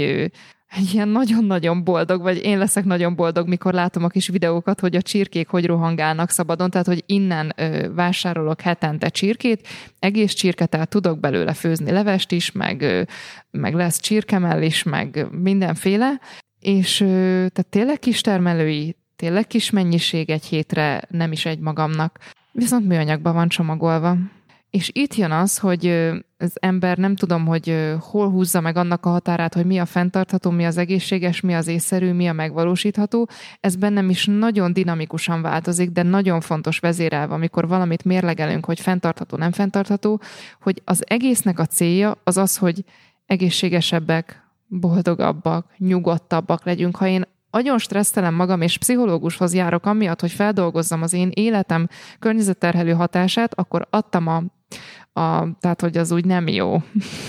ilyen nagyon-nagyon boldog, vagy én leszek nagyon boldog, mikor látom a kis videókat, hogy a csirkék hogy rohangálnak szabadon, tehát hogy innen vásárolok hetente csirkét, egész csirkettel tudok belőle főzni levest is, meg lesz csirkemell is, meg mindenféle, és tehát tényleg kistermelői, tényleg kis mennyiség egy hétre, nem is egy magamnak, viszont műanyagban van csomagolva. És itt jön az, hogy az ember nem tudom, hogy hol húzza meg annak a határát, hogy mi a fenntartható, mi az egészséges, mi az észszerű, mi a megvalósítható. Ez bennem is nagyon dinamikusan változik, de nagyon fontos vezérelve, amikor valamit mérlegelünk, hogy fenntartható, nem fenntartható, hogy az egésznek a célja az az, hogy egészségesebbek, boldogabbak, nyugodtabbak legyünk. Ha én nagyon stressztelem magam, és pszichológushoz járok amiatt, hogy feldolgozzam az én életem környezetterhelő hatását, akkor adtam tehát, hogy az úgy nem jó.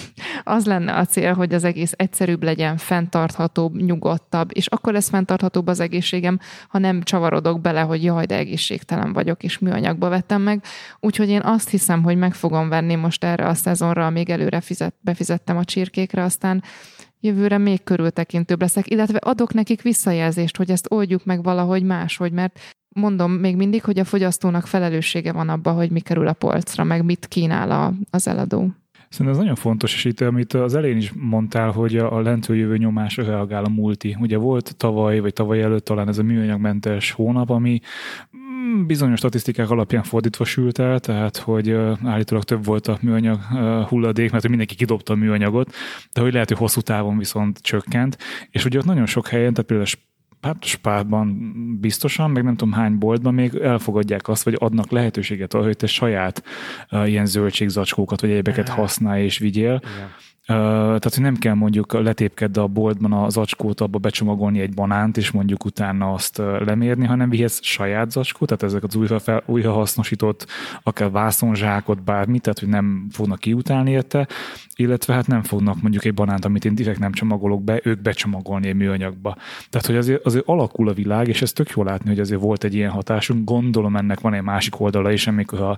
Az lenne a cél, hogy az egész egyszerűbb legyen, fenntarthatóbb, nyugodtabb, és akkor lesz fenntarthatóbb az egészségem, ha nem csavarodok bele, hogy jaj, de egészségtelen vagyok, és műanyagba vettem meg. Úgyhogy én azt hiszem, hogy meg fogom venni most erre a szezonra, amíg előre befizettem a csirkékre, aztán jövőre még körültekintőbb leszek, illetve adok nekik visszajelzést, hogy ezt oldjuk meg valahogy máshogy, mert mondom még mindig, hogy a fogyasztónak felelőssége van abban, hogy mi kerül a polcra, meg mit kínál az eladó. Szerintem ez nagyon fontos, és itt, amit az elején is mondtál, hogy a lentről jövő nyomásra reagál a multi. Ugye volt tavaly, vagy tavaly előtt talán ez a műanyagmentes hónap, ami bizonyos statisztikák alapján fordítva sült el, tehát hogy állítólag több volt a műanyag hulladék, mert hogy mindenki kidobta a műanyagot, de hogy lehet, hogy hosszú távon viszont csökkent, és ugye ott nagyon sok helyen, tehát például Spárban biztosan, meg nem tudom hány boltban még elfogadják azt, vagy adnak lehetőséget arra, hogy te saját ilyen zöldségzacskókat, vagy egyébeket használj és vigyél. Igen. Tehát, hogy nem kell mondjuk letépkedd a boltban a zacskót, abba becsomagolni egy banánt, és mondjuk utána azt lemérni, hanem vihetsz saját zacskót, tehát ezek az újrahasznosított, akár vászonzsákot, bármit, tehát, hogy nem fognak kiutálni érte, illetve hát nem fognak mondjuk egy banánt, amit én direkt nem csomagolok be, ők becsomagolni egy műanyagba. Tehát, hogy azért alakul a világ, és ez tök jó látni, hogy azért volt egy ilyen hatásunk. Gondolom ennek van egy másik oldala is, amikor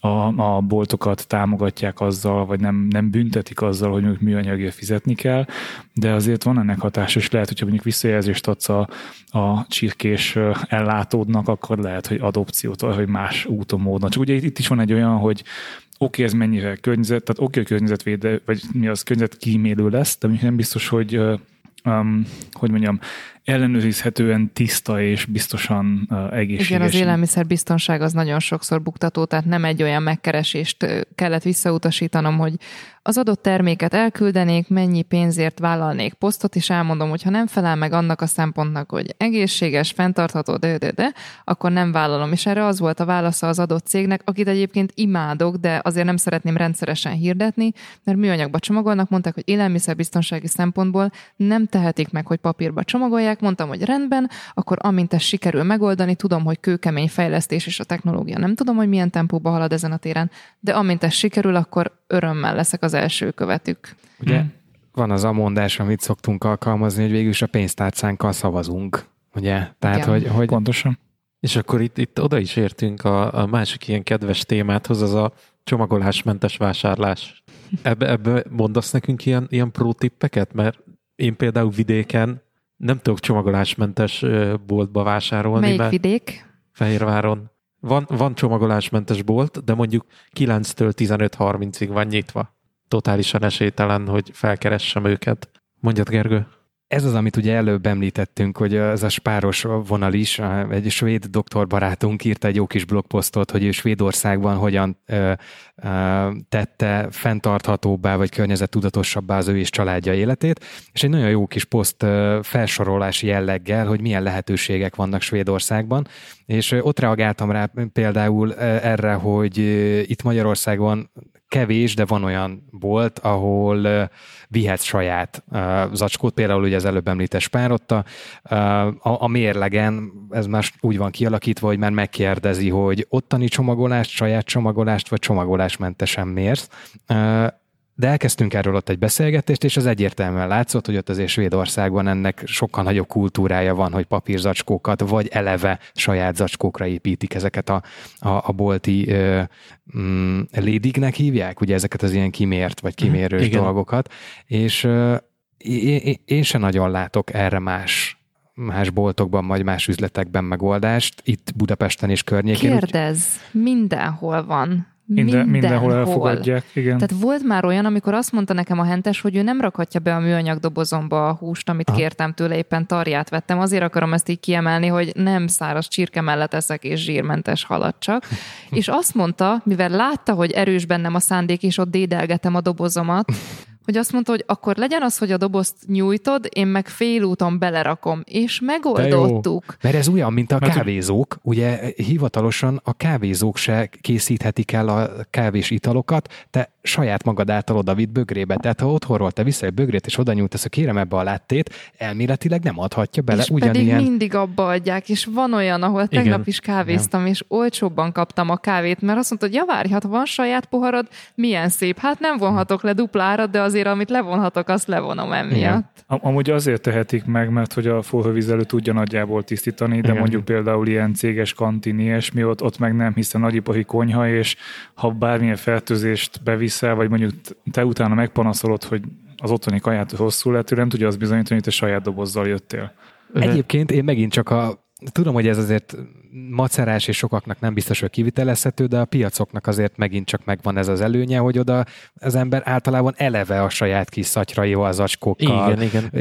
a boltokat támogatják azzal, vagy nem büntetik azzal, hogy műanyagért fizetni kell, de azért van ennek hatása, és lehet, hogyha mondjuk visszajelzést adsz a csirkés ellátódnak, akkor lehet, hogy adopciót, hogy más úton, módon. Csak ugye itt is van egy olyan, hogy oké, ez mennyire tehát oké, környezetvédő, vagy mi az környezetkímélő lesz, de nem biztos, hogy mondjam, ellenőrizhetően tiszta és biztosan egészséges. Igen, az élelmiszerbiztonság az nagyon sokszor buktató, tehát nem egy olyan megkeresést kellett visszautasítanom, hogy az adott terméket elküldenék, mennyi pénzért vállalnék posztot, és elmondom, hogy ha nem felel meg annak a szempontnak, hogy egészséges, fenntartható, de, akkor nem vállalom. És erre az volt a válasza az adott cégnek, akit egyébként imádok, de azért nem szeretném rendszeresen hirdetni, mert műanyagba csomagolnak, mondták, hogy élelmiszerbiztonsági szempontból nem tehetik meg, hogy papírba csomagolják. Mondtam, hogy rendben, akkor amint ezt sikerül megoldani, tudom, hogy kőkemény fejlesztés és a technológia nem tudom, hogy milyen tempóba halad ezen a téren, de amint ez sikerül, akkor örömmel leszek az első követük. Ugye van az a mondás, amit szoktunk alkalmazni, hogy végül is a pénztárcánkkal szavazunk. Ugye? Tehát, hogy pontosan. És akkor itt oda is értünk a másik ilyen kedves témáthoz, az a csomagolásmentes vásárlás. Ebbe mondasz nekünk ilyen pro tippeket? Mert én például vidéken nem tudok csomagolásmentes boltba vásárolni. Melyik vidék? Fehérváron. Van csomagolásmentes bolt, de mondjuk 9-től 15-30-ig van nyitva. Totálisan esélytelen, hogy felkeressem őket. Mondjad, Gergő? Ez az, amit ugye előbb említettünk, hogy ez a spáros vonal is, egy svéd doktorbarátunk írta egy jó kis blogposztot, hogy ő Svédországban hogyan tette fenntarthatóbbá, vagy környezettudatosabbá az ő és családja életét, és egy nagyon jó kis poszt felsorolási jelleggel, hogy milyen lehetőségek vannak Svédországban, és ott reagáltam rá például erre, hogy itt Magyarországon kevés, de van olyan bolt, ahol vihetsz saját zacskót, például ugye az előbb említett Spárotta. A mérlegen ez már úgy van kialakítva, hogy már megkérdezi, hogy ottani csomagolást, saját csomagolást, vagy csomagolásmentesen mérsz. de elkezdtünk erről ott egy beszélgetést, és az egyértelműen látszott, hogy ott azért Svédországban ennek sokkal nagyobb kultúrája van, hogy papírzacskókat, vagy eleve saját zacskókra építik ezeket a bolti lédignek hívják, ugye ezeket az ilyen kimért, vagy kimérős dolgokat, és én sem nagyon látok erre más boltokban, vagy más üzletekben megoldást, itt Budapesten és környékén. Kérdezz, mindenhol van. Mindenhol elfogadják, igen. Tehát volt már olyan, amikor azt mondta nekem a hentes, hogy ő nem rakhatja be a műanyag dobozomba a húst, amit kértem tőle, éppen tarját vettem. Azért akarom ezt így kiemelni, hogy nem száraz csirke mellett eszek és zsírmentes halat csak. És azt mondta, mivel látta, hogy erős bennem a szándék, és ott dédelgetem a dobozomat, hogy azt mondta, hogy akkor legyen az, hogy a dobozt nyújtod, én meg félúton belerakom, és megoldottuk. Mert ez olyan, mint a kávézók, ugye hivatalosan a kávézók se készíthetik el a kávés italokat, te saját magad által odavitt bögrébe. Tehát ha otthonról te vissza egy bögrét, és oda nyújtasz, a kérem ebbe a láttét, elméletileg nem adhatja bele. És pedig mindig abba adják, és van olyan, ahol tegnap is kávéztam, és olcsóbban kaptam a kávét, mert azt mondta, hogy várj, hát van saját poharad, milyen szép. Hát nem vonhatok le duplárat, de azért, amit levonhatok, azt levonom emiatt. Amúgy azért tehetik meg, mert hogy a forróvízelő tudja nagyjából tisztítani, de mondjuk például ilyen céges kantin, ilyesmi, ott meg nem, hiszen nagyipari konyha, és ha bármilyen fertőzést beviszel, vagy mondjuk te utána megpanaszolod, hogy az otthoni kaját rosszul lett, ő nem tudja azt bizonyítani, hogy te saját dobozzal jöttél. Egyébként én megint csak tudom, hogy ez azért macerás, és sokaknak nem biztos, hogy kivitelezhető, de a piacoknak azért megint csak megvan ez az előnye, hogy oda az ember általában eleve a saját kis szatyraival, zacskókkal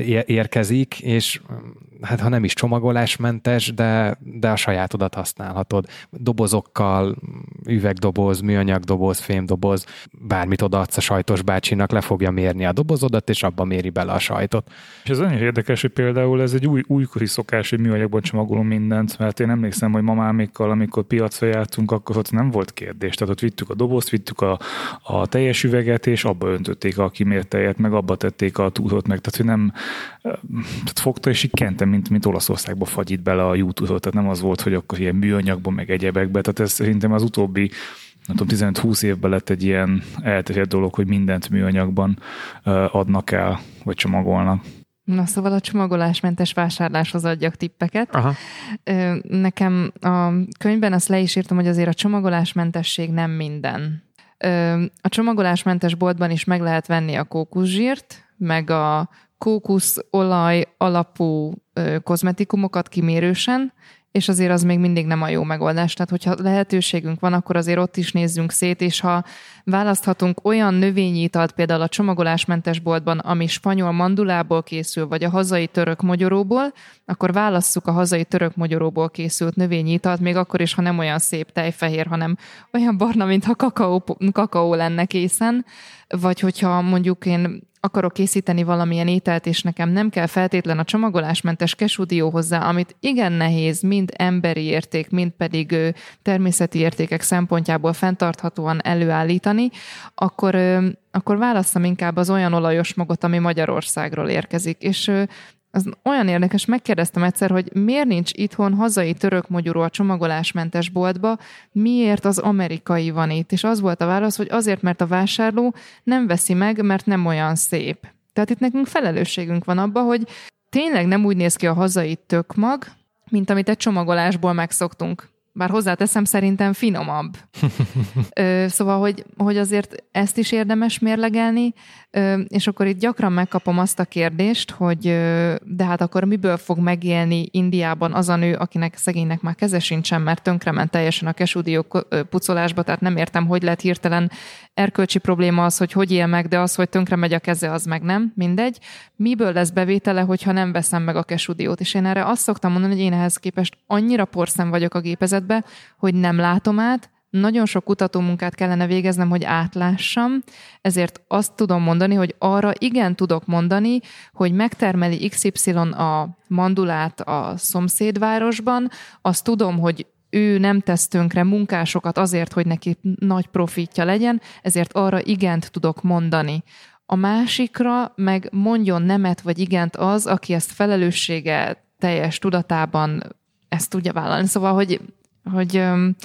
érkezik, és hát ha nem is csomagolásmentes, de a sajátodat használhatod. Dobozokkal, üvegdoboz, műanyagdoboz, fémdoboz, bármit odaadsz a sajtos bácsinak, le fogja mérni a dobozodat, és abba méri bele a sajtot. És ez annyira érdekes, hogy például ez egy újkori szokás, hogy műanyagban csomagolunk mindent, mert én emlékszem, hogy mamámékkal, amikor piacra jártunk, akkor ott nem volt kérdés. Tehát ott vittük a dobozt, vittük a teljes üveget, és abba öntötték a kimért tejet, meg abba tették a túrót meg. Tehát, hogy nem fogta, és így kente, mint Olaszországba fagyít bele a jútúrót. Tehát nem az volt, hogy akkor ilyen műanyagban, meg egyebekbe. Tehát ez szerintem az utóbbi, nem tudom, 15-20 évben lett egy ilyen elterjedt dolog, hogy mindent műanyagban adnak el, vagy csomagolnak. Na, szóval a csomagolásmentes vásárláshoz adjak tippeket. Aha. Nekem a könyvben azt le is írtam, hogy azért a csomagolásmentesség nem minden. A csomagolásmentes boltban is meg lehet venni a kókuszsírt, meg a kókuszolaj alapú kozmetikumokat kimérősen, és azért az még mindig nem a jó megoldás. Tehát, hogyha lehetőségünk van, akkor azért ott is nézzünk szét, és ha választhatunk olyan növényi italt, például a csomagolásmentes boltban, ami spanyol mandulából készül, vagy a hazai török mogyoróból, akkor válasszuk a hazai török mogyoróból készült növényi italt, még akkor is, ha nem olyan szép tejfehér, hanem olyan barna, mintha kakaó lenne készen, vagy hogyha mondjuk én akarok készíteni valamilyen ételt, és nekem nem kell feltétlen a csomagolásmentes kesúdió hozzá, amit igen nehéz, mind emberi érték, mind pedig természeti értékek szempontjából fenntarthatóan előállítani, akkor válasszam inkább az olyan olajos magot, ami Magyarországról érkezik. És az olyan érdekes, megkérdeztem egyszer, hogy miért nincs itthon hazai török mogyoró a csomagolásmentes boltba, miért az amerikai van itt? És az volt a válasz, hogy azért, mert a vásárló nem veszi meg, mert nem olyan szép. Tehát itt nekünk felelősségünk van abba, hogy tényleg nem úgy néz ki a hazai tökmag, mint amit egy csomagolásból megszoktunk. Bár hozzáteszem, szerintem finomabb. Szóval, hogy azért ezt is érdemes mérlegelni, és akkor itt gyakran megkapom azt a kérdést, hogy de hát akkor miből fog megélni Indiában az a nő, akinek szegénynek már keze sincsen, mert tönkrement teljesen a kesúdió pucolásba, tehát nem értem, hogy lehet hirtelen erkölcsi probléma az, hogy él meg, de az, hogy tönkre megy a keze, az meg nem, mindegy. Miből lesz bevétele, hogyha nem veszem meg a kesúdiót? És én erre azt szoktam mondani, hogy én ehhez képest annyira porszem vagyok a gépezetbe, hogy nem látom át, nagyon sok kutatómunkát kellene végeznem, hogy átlássam, ezért azt tudom mondani, hogy arra igen tudok mondani, hogy megtermeli XY a mandulát a szomszédvárosban, azt tudom, hogy ő nem tesz tönkre munkásokat azért, hogy neki nagy profitja legyen, ezért arra igent tudok mondani. A másikra meg mondjon nemet vagy igent az, aki ezt felelőssége teljes tudatában ezt tudja vállalni. Szóval, hogy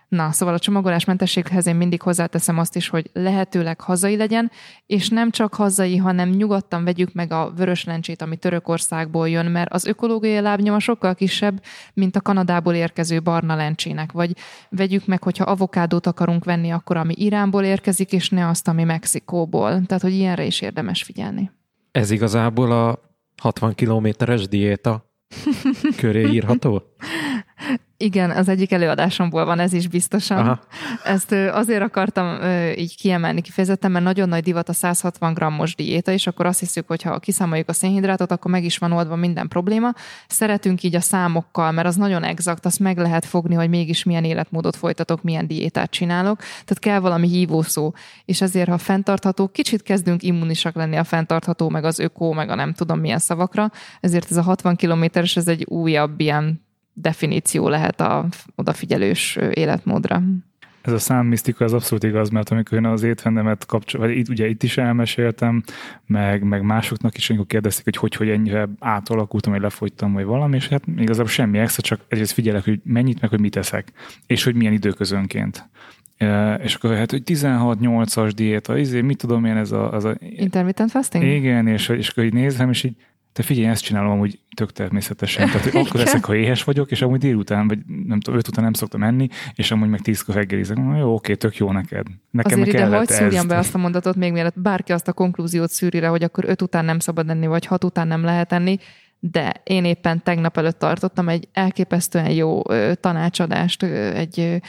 Na, szóval a csomagolásmentességhez én mindig hozzáteszem azt is, hogy lehetőleg hazai legyen, és nem csak hazai, hanem nyugodtan vegyük meg a vörös lencsét, ami Törökországból jön, mert az ökológiai lábnyoma sokkal kisebb, mint a Kanadából érkező barna lencsének. Vagy vegyük meg, hogyha avokádót akarunk venni, akkor ami Iránból érkezik, és ne azt, ami Mexikóból. Tehát, hogy ilyenre is érdemes figyelni. Ez igazából a 60 kilométeres diéta köré írható? Igen, az egyik előadásomból van, ez is biztosan. Aha. Ezt azért akartam így kiemelni kifejezetten, mert nagyon nagy divat a 160 grammos diéta, és akkor azt hiszük, hogy ha kiszámoljuk a szénhidrátot, akkor meg is van oldva minden probléma. Szeretünk így a számokkal, mert az nagyon exakt, azt meg lehet fogni, hogy mégis milyen életmódot folytatok, milyen diétát csinálok. Tehát kell valami hívószó. És ezért, ha fenntartható, kicsit kezdünk immunisak lenni a fenntartható, meg az ökó, meg a nem tudom milyen szavakra. Ezért ez a 60 kilométeres, ez egy újabb ilyen definíció lehet a odafigyelős életmódra. Ez a számmisztika, ez abszolút igaz, mert amikor én az étrendemet vagy ugye itt is elmeséltem, meg másoknak is, amikor kérdezték, hogy ennyire átalakultam, vagy lefogytam, vagy valami, és hát igazából semmi extra, csak egyrészt figyelek, hogy mennyit, meg hogy mit eszek, és hogy milyen időközönként. És akkor hát, hogy 16-8-as diéta, mit tudom én, ez a intermittent fasting? Igen, és akkor így nézem, és így te figyelj, ezt csinálom amúgy tök természetesen. Tehát akkor eszek, ha éhes vagyok, és amúgy délután, vagy nem tudom, 5 után nem szoktam enni, és amúgy meg 10-kor reggelizek. Jó, oké, tök jó neked. Nekem azért ide hogy szűrjam be ezt. azt a mondatot, még mielőtt bárki azt a konklúziót szűri rá, hogy akkor 5 után nem szabad enni, vagy 6 után nem lehet enni, de én éppen tegnap előtt tartottam egy elképesztően jó tanácsadást egy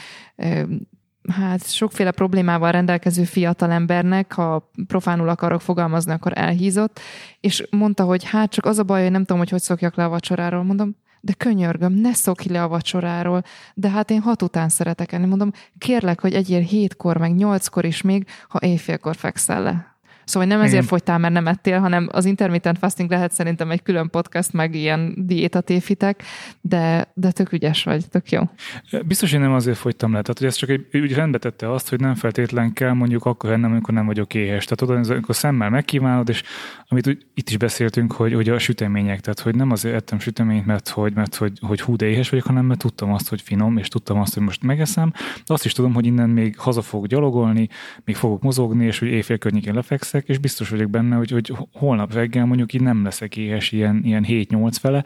sokféle problémával rendelkező fiatalembernek, ha profánul akarok fogalmazni, akkor elhízott, és mondta, hogy csak az a baj, hogy nem tudom, hogy szokjak le a vacsoráról. Mondom, de könyörgöm, ne szokj le a vacsoráról, de hát én 6 után szeretek enni. Mondom, kérlek, hogy egyél 7-kor, meg 8-kor is még, ha éjfélkor fekszel le. Szóval nem ezért fogytál, mert nem ettél, hanem az intermittent fasting lehet szerintem egy külön podcast, meg ilyen diétatéfitek, de tök ügyes vagy, tök jó. Biztos, hogy nem azért fogytam le. Tehát, hogy ez csak úgy rendbe tette azt, hogy nem feltétlen kell mondjuk akkor ennem, amikor nem vagyok éhes. Tehát oda, amikor szemmel megkívánod, és amit itt is beszéltünk, hogy a sütemények, tehát hogy nem azért ettem süteményt, mert hogy hú, de éhes vagyok, hanem mert tudtam azt, hogy finom, és tudtam azt, hogy most megeszem. De azt is tudom, hogy innen még haza fogok gyalogolni, még fogok mozogni, és hogy éjfél környékén lefekszek, és biztos vagyok benne, hogy holnap reggel mondjuk így nem leszek éhes ilyen 7-8 fele,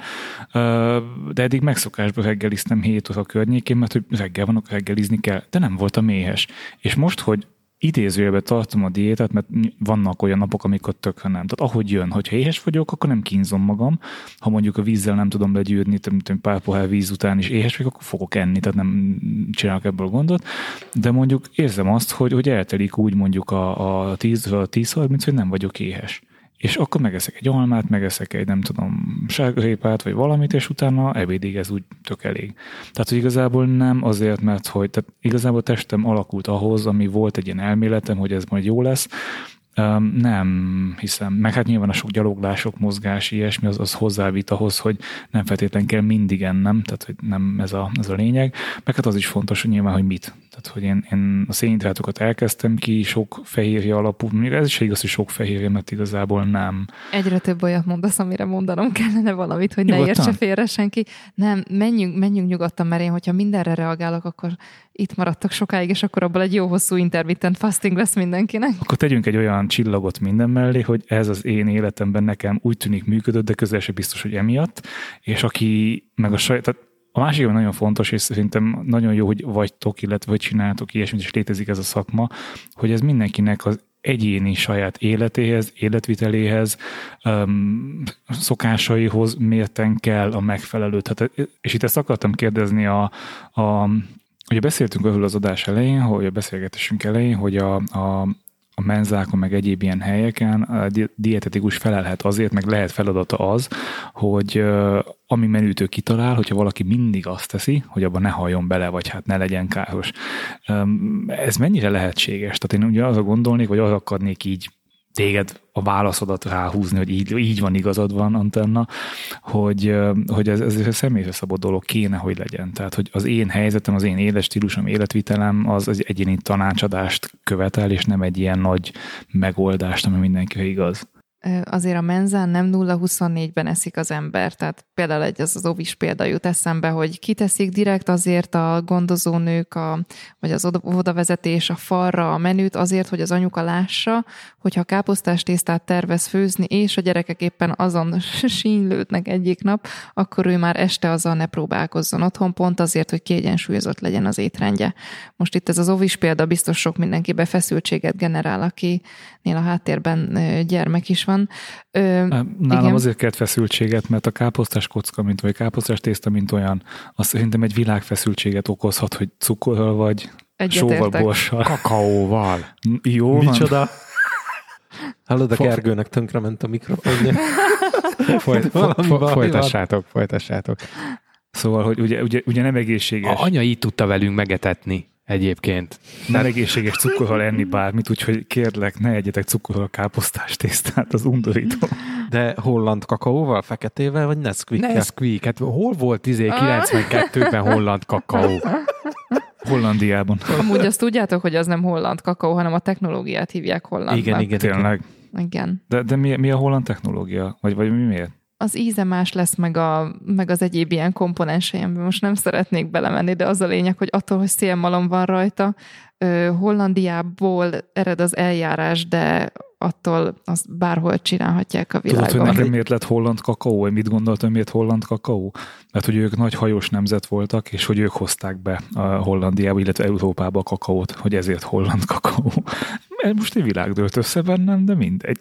de eddig megszokásban reggeliztem 7 óra környékén, mert hogy reggel vannak, reggelizni kell, de nem voltam éhes. És most, hogy idézőjelben tartom a diétát, mert vannak olyan napok, amikor tökre nem. Tehát ahogy jön, hogyha éhes vagyok, akkor nem kínzom magam. Ha mondjuk a vízzel nem tudom legyűrni, pár pohár víz után is éhes vagyok, akkor fogok enni, tehát nem csinálok ebből gondot. De mondjuk érzem azt, hogy eltelik úgy mondjuk a 10-30, hogy nem vagyok éhes. És akkor megeszek egy almát, megeszek egy, nem tudom, sárgarépát, vagy valamit, és utána ebédig ez úgy tök elég. Tehát, hogy igazából nem azért, mert tehát igazából testem alakult ahhoz, ami volt egy ilyen elméletem, hogy ez majd jó lesz. Nem hiszem. Meg hát nyilván a sok gyaloglások, mozgás, ilyesmi, az hozzávitt ahhoz, hogy nem feltétlenül kell mindig ennem, tehát hogy nem ez a lényeg. Meg hát az is fontos, hogy nyilván, hogy mit. Tehát, hogy én a szénhidrátokat elkezdtem ki, sok fehérje alapú, ez is igaz, hogy sok fehérje, mert igazából nem. Egyre több olyat mondasz, amire mondanom kellene valamit, hogy ne értse félre senki. Nem, menjünk nyugodtan, mert én, hogyha mindenre reagálok, akkor itt maradtak sokáig, és akkor abból egy jó hosszú intermittent fasting lesz mindenkinek. Akkor tegyünk egy olyan csillagot minden mellé, hogy ez az én életemben nekem úgy tűnik működött, de közel sem biztos, hogy emiatt, és aki meg a saját, a másik, nagyon fontos, és szerintem nagyon jó, hogy vagytok, illetve hogy csináltok ilyesmit, és létezik ez a szakma, hogy ez mindenkinek az egyéni saját életéhez, életviteléhez, szokásaihoz mérten kell a megfelelő. És itt ezt akartam kérdezni ugye beszéltünk arról az adás elején, hogy a beszélgetésünk elején, hogy a menzákon, meg egyéb ilyen helyeken a dietetikus felelhet azért, meg lehet feladata az, hogy ami menüt ő kitalál, hogyha valaki mindig azt teszi, hogy abban ne halljon bele, vagy hát ne legyen káros. Ez mennyire lehetséges? Tehát én ugye arra gondolnék, vagy arra akarnék így téged a válaszodat ráhúzni, hogy így van, igazad van, Antenna, hogy ez egy személyre szabott dolog kéne, hogy legyen. Tehát, hogy az én helyzetem, az én életstílusom, életvitelem az egyéni tanácsadást követel, és nem egy ilyen nagy megoldást, ami mindenkire igaz. azért a menzán nem 0-24-ben eszik az ember. Tehát például az ovis példa jut eszembe, hogy kiteszik direkt azért a gondozónők, vagy az odavezetés a falra a menüt azért, hogy az anyuka lássa, hogyha káposztás tésztát tervez főzni, és a gyerekek éppen azon sínylődnek egyik nap, akkor ő már este azzal ne próbálkozzon otthon, pont azért, hogy kiegyensúlyozott legyen az étrendje. Most itt ez az ovis példa biztos sok mindenkibe feszültséget generál, akinél a háttérben gyermek is van. Nálam igen. Azért kelt feszültséget, mert a káposztás kocka, vagy káposztás tészta, mint olyan, azt szerintem egy világfeszültséget okozhat, hogy cukorral vagy sóval, borssal. Kakaóval. Jó Micsoda? van. Hallod, a Gergőnek tönkrement a mikrofonja. Folytassátok. Szóval, hogy ugye nem egészséges. A anya így tudta velünk megetetni egyébként. Nem egészséges cukorral enni bármit, úgyhogy kérlek, ne egyetek cukorral káposztás tésztát, az undorító. De holland kakaóval, feketével, vagy Nesquik-kel? Nesquik, hát hol volt 92-ben holland kakaó? Hollandiában. Amúgy azt tudjátok, hogy az nem holland kakaó, hanem a technológiát hívják hollandnak. Igen. Tényleg. Igen. De mi a holland technológia? Vagy mi miért? Az íze más lesz, meg az egyéb ilyen komponenseiben. Most nem szeretnék belemenni, de az a lényeg, hogy attól, hogy szélmalom van rajta, Hollandiából ered az eljárás, de attól azt bárhol csinálhatják a világon. Tudod, hogy nekem miért lett holland kakaó? Vagy mit gondoltam, miért holland kakaó? Mert hogy ők nagy hajós nemzet voltak, és hogy ők hozták be a Hollandiába, illetve Európába a kakaót, hogy ezért holland kakaó. Mert most egy világ dőlt össze bennem, de mindegy.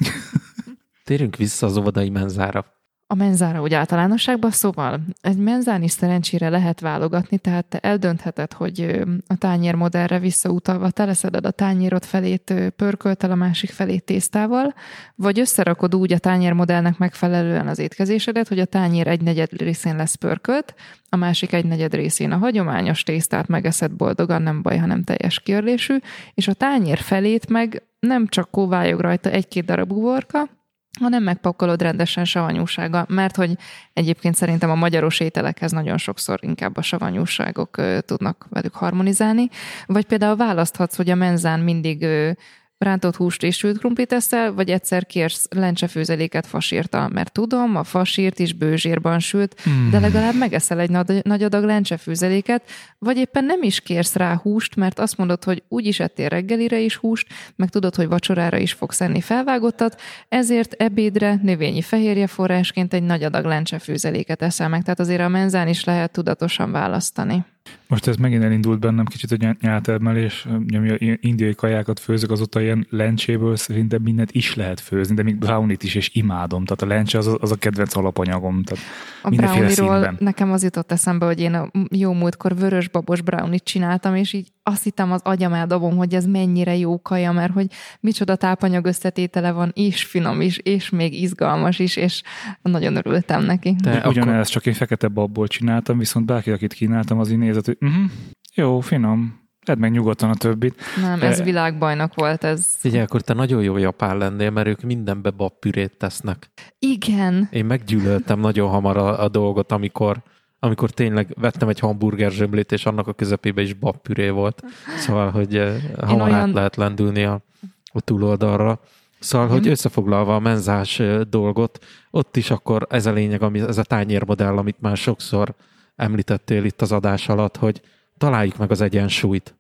Térjünk vissza az óvodai menzára. A menzára úgy általánosságban, szóval egy menzán is szerencsére lehet válogatni, tehát te eldöntheted, hogy a tányérmodellre visszautalva teleszeded a tányérod felét pörköltel, a másik felét tésztával, vagy összerakod úgy a tányérmodellnek megfelelően az étkezésedet, hogy a tányér 1/4 részén lesz pörkölt, a másik 1/4 részén a hagyományos tésztát megeszed boldogan, nem baj, hanem teljes kiörlésű, és a tányér felét meg nem csak kóvályog rajta 1-2 darab uborka, hanem megpakolod rendesen savanyúsággal, mert hogy egyébként szerintem a magyaros ételekhez nagyon sokszor inkább a savanyúságok tudnak velük harmonizálni, vagy például választhatsz, hogy a menzán mindig rántott húst és sült krumplit eszel, vagy egyszer kérsz lencsefőzeléket fasírtal, mert tudom, a fasírt is bőzsírban sült, de legalább megeszel egy nagy adag lencsefőzeléket, vagy éppen nem is kérsz rá húst, mert azt mondod, hogy úgyis ettél reggelire is húst, meg tudod, hogy vacsorára is fogsz enni felvágottat, ezért ebédre növényi fehérje forrásként egy nagy adag lencsefőzeléket eszel meg, tehát azért a menzán is lehet tudatosan választani. Most ez megint elindult bennem kicsit a nyáltermelés, ami indiai kajákat főzök, azóta ilyen lencséből szerintem mindent is lehet főzni, de még brownit is, és imádom. Tehát a lencse az a kedvenc alapanyagom. Tehát a browniról nekem az jutott eszembe, hogy én a jó múltkor vörösbabos brownit csináltam, és így azt hittem az agyam eldobom, hogy ez mennyire jó kaja, mert hogy micsoda tápanyag összetétele van, és finom is, és még izgalmas is, és nagyon örültem neki. De ugyanez, csak én fekete babból csináltam, viszont bárki, akit kínáltam, az így nézett, hogy jó, finom, edd meg nyugodtan a többit. Nem, ez világbajnok volt, ez. Figyelj, akkor te nagyon jó japán lennél, mert ők mindenbe babpürét tesznek. Igen. Én meggyűlöltem nagyon hamar a dolgot, amikor tényleg vettem egy hamburger zsömlét, és annak a közepében is babpüré volt. Szóval, hogy hamar át lehet lendülni a túloldalra. Szóval, hogy összefoglalva a menzás dolgot, ott is akkor ez a lényeg, ez a tányérmodell, amit már sokszor említettél itt az adás alatt, hogy találjuk meg az egyensúlyt.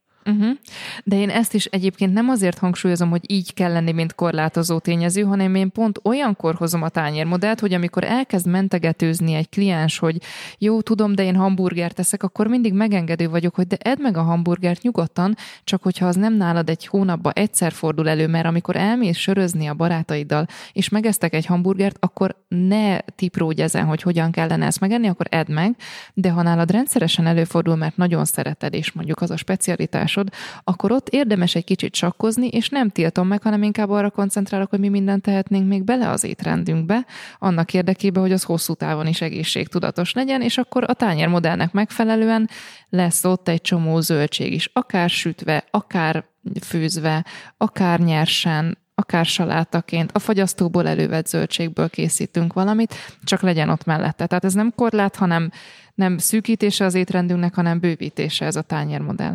De én ezt is egyébként nem azért hangsúlyozom, hogy így kell lenni, mint korlátozó tényező, hanem én pont olyankor hozom a tányérmodellt, hogy amikor elkezd mentegetőzni egy kliens, hogy jó, tudom, de én hamburgert teszek, akkor mindig megengedő vagyok, hogy de edd meg a hamburgert nyugodtan, csak hogyha az nem nálad egy hónapban egyszer fordul elő, mert amikor elmész sörözni a barátaiddal, és megesztek egy hamburgert, akkor ne tipródj ezen, hogy hogyan kellene ezt megenni, akkor edd meg, de ha nálad rendszeresen előfordul, mert nagyon szereted, és mondjuk az a specialitás, akkor ott érdemes egy kicsit sakkozni, és nem tiltom meg, hanem inkább arra koncentrálok, hogy mi mindent tehetnénk még bele az étrendünkbe, annak érdekében, hogy az hosszú távon is egészségtudatos legyen, és akkor a tányérmodellnek megfelelően lesz ott egy csomó zöldség is, akár sütve, akár főzve, akár nyersen, akár salátaként, a fagyasztóból elővett zöldségből készítünk valamit, csak legyen ott mellette. Tehát ez nem korlát, hanem nem szűkítése az étrendünknek, hanem bővítése ez a tányérmodell.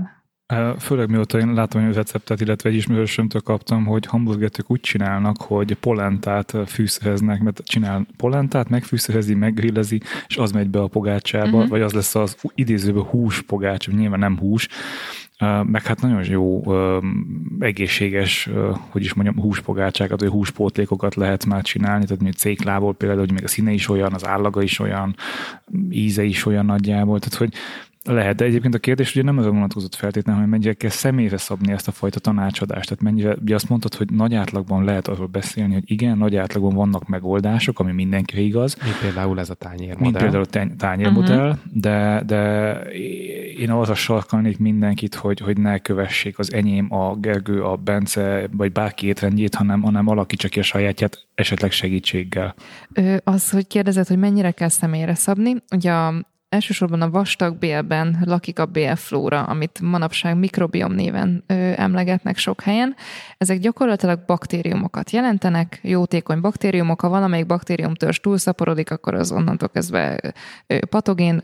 Főleg mióta én látom a receptet, illetve egy ismerősömtől kaptam, hogy hamburgert úgy csinálnak, hogy polentát fűszereznek, mert csinál polentát, megfűszerezi, meggrillezi, és az megy be a pogácsába, vagy az lesz az idézőben húspogács, nyilván nem hús, meg hát nagyon jó egészséges, hogy is mondjam, húspogácsákat, vagy húspótlékokat lehet már csinálni, tehát mint céklából például, hogy még a színe is olyan, az állaga is olyan, íze is olyan nagyjából, tehát hogy lehet, de egyébként a kérdés ugye nem azon vonatkozott feltétlenül, hogy mennyire kell személyre szabni ezt a fajta tanácsadást. Tehát mennyire, ugye azt mondtad, hogy nagy átlagban lehet arról beszélni, hogy igen, nagy átlagban vannak megoldások, ami mindenkire igaz. Mint például ez a tányérmodell. Mint például a tányérmodell, de én arra sarkalnék mindenkit, hogy ne kövessék az enyém, a Gergő, a Bence, vagy bárki étrendjét, hanem alakítsa ki a sajátját esetleg segítséggel. Az, hogy kérdezed, hogy mennyire kell személyre szabni, ugye elsősorban a vastag bélben lakik a bélflóra, amit manapság mikrobiom néven emlegetnek sok helyen. Ezek gyakorlatilag baktériumokat jelentenek, jótékony baktériumok. Ha valamelyik baktériumtörzs túlszaporodik, akkor az onnantól kezdve patogén,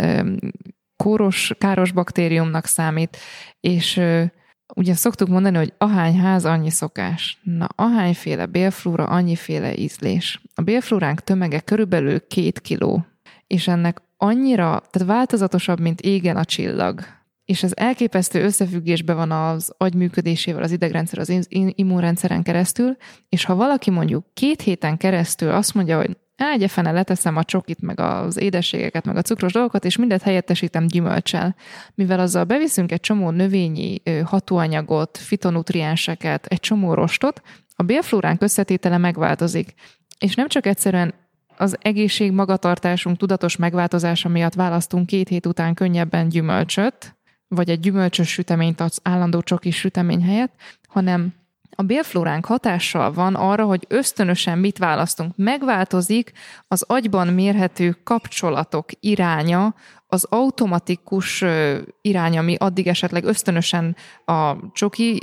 káros baktériumnak számít, és ugye szoktuk mondani, hogy ahány ház, annyi szokás. Na, ahányféle bélflóra, annyiféle ízlés. A bélflóránk tömege körülbelül 2 kiló, és ennek annyira, tehát változatosabb, mint égen a csillag. És ez elképesztő összefüggésben van az agy működésével, az idegrendszer, az immunrendszeren keresztül, és ha valaki mondjuk 2 héten keresztül azt mondja, hogy egyefene leteszem a csokit, meg az édességeket, meg a cukros dolgokat, és mindet helyettesítem gyümölccsel. Mivel azzal beviszünk egy csomó növényi hatóanyagot, fitonutrienseket, egy csomó rostot, a bélflóránk összetétele megváltozik. És nem csak egyszerűen az egészség magatartásunk tudatos megváltozása miatt választunk 2 hét után könnyebben gyümölcsöt, vagy egy gyümölcsös süteményt az állandó csokis sütemény helyett, hanem a bélflóránk hatással van arra, hogy ösztönösen mit választunk. Megváltozik az agyban mérhető kapcsolatok iránya, az automatikus irány, ami addig esetleg ösztönösen a csoki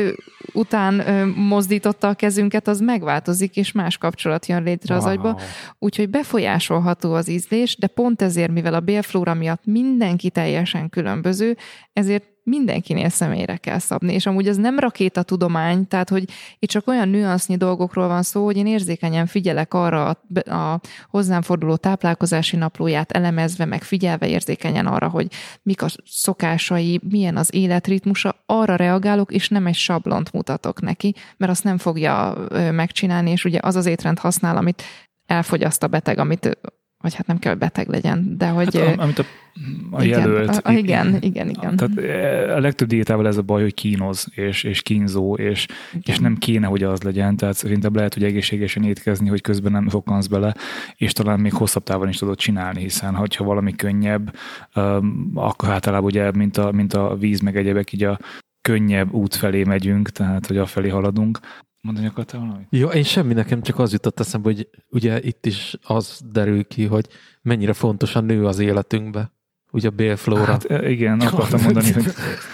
után mozdította a kezünket, az megváltozik, és más kapcsolat jön létre az agyba. Úgyhogy befolyásolható az ízlés, de pont ezért, mivel a bélflóra miatt mindenki teljesen különböző, ezért mindenkinél személyre kell szabni, és amúgy ez nem rakétatudomány, tehát hogy itt csak olyan nüansznyi dolgokról van szó, hogy én érzékenyen figyelek arra a hozzám forduló táplálkozási naplóját elemezve, meg figyelve érzékenyen arra, hogy mik a szokásai, milyen az életritmusa, arra reagálok, és nem egy sablont mutatok neki, mert azt nem fogja megcsinálni, és ugye az az étrend használ, amit elfogyaszt a beteg, vagy hát nem kell, hogy beteg legyen, de hogy... Hát, amit a jelölt. Igen. Tehát a legtöbb diétával ez a baj, hogy kínoz, és kínzó, és nem kéne, hogy az legyen, tehát szerintem lehet, hogy egészségesen étkezni, hogy közben nem rokkansz bele, és talán még hosszabb távon is tudod csinálni, hiszen ha valami könnyebb, akkor általában ugye, mint a víz meg egyebek, így a könnyebb út felé megyünk, tehát hogy afelé haladunk. Mondani akartál valamit? Jó, én semmi, nekem csak az jutott eszembe, hogy ugye itt is az derül ki, hogy mennyire fontos a nő az életünkbe. Ugye a bélflóra. Hát igen, akartam mondani, hogy...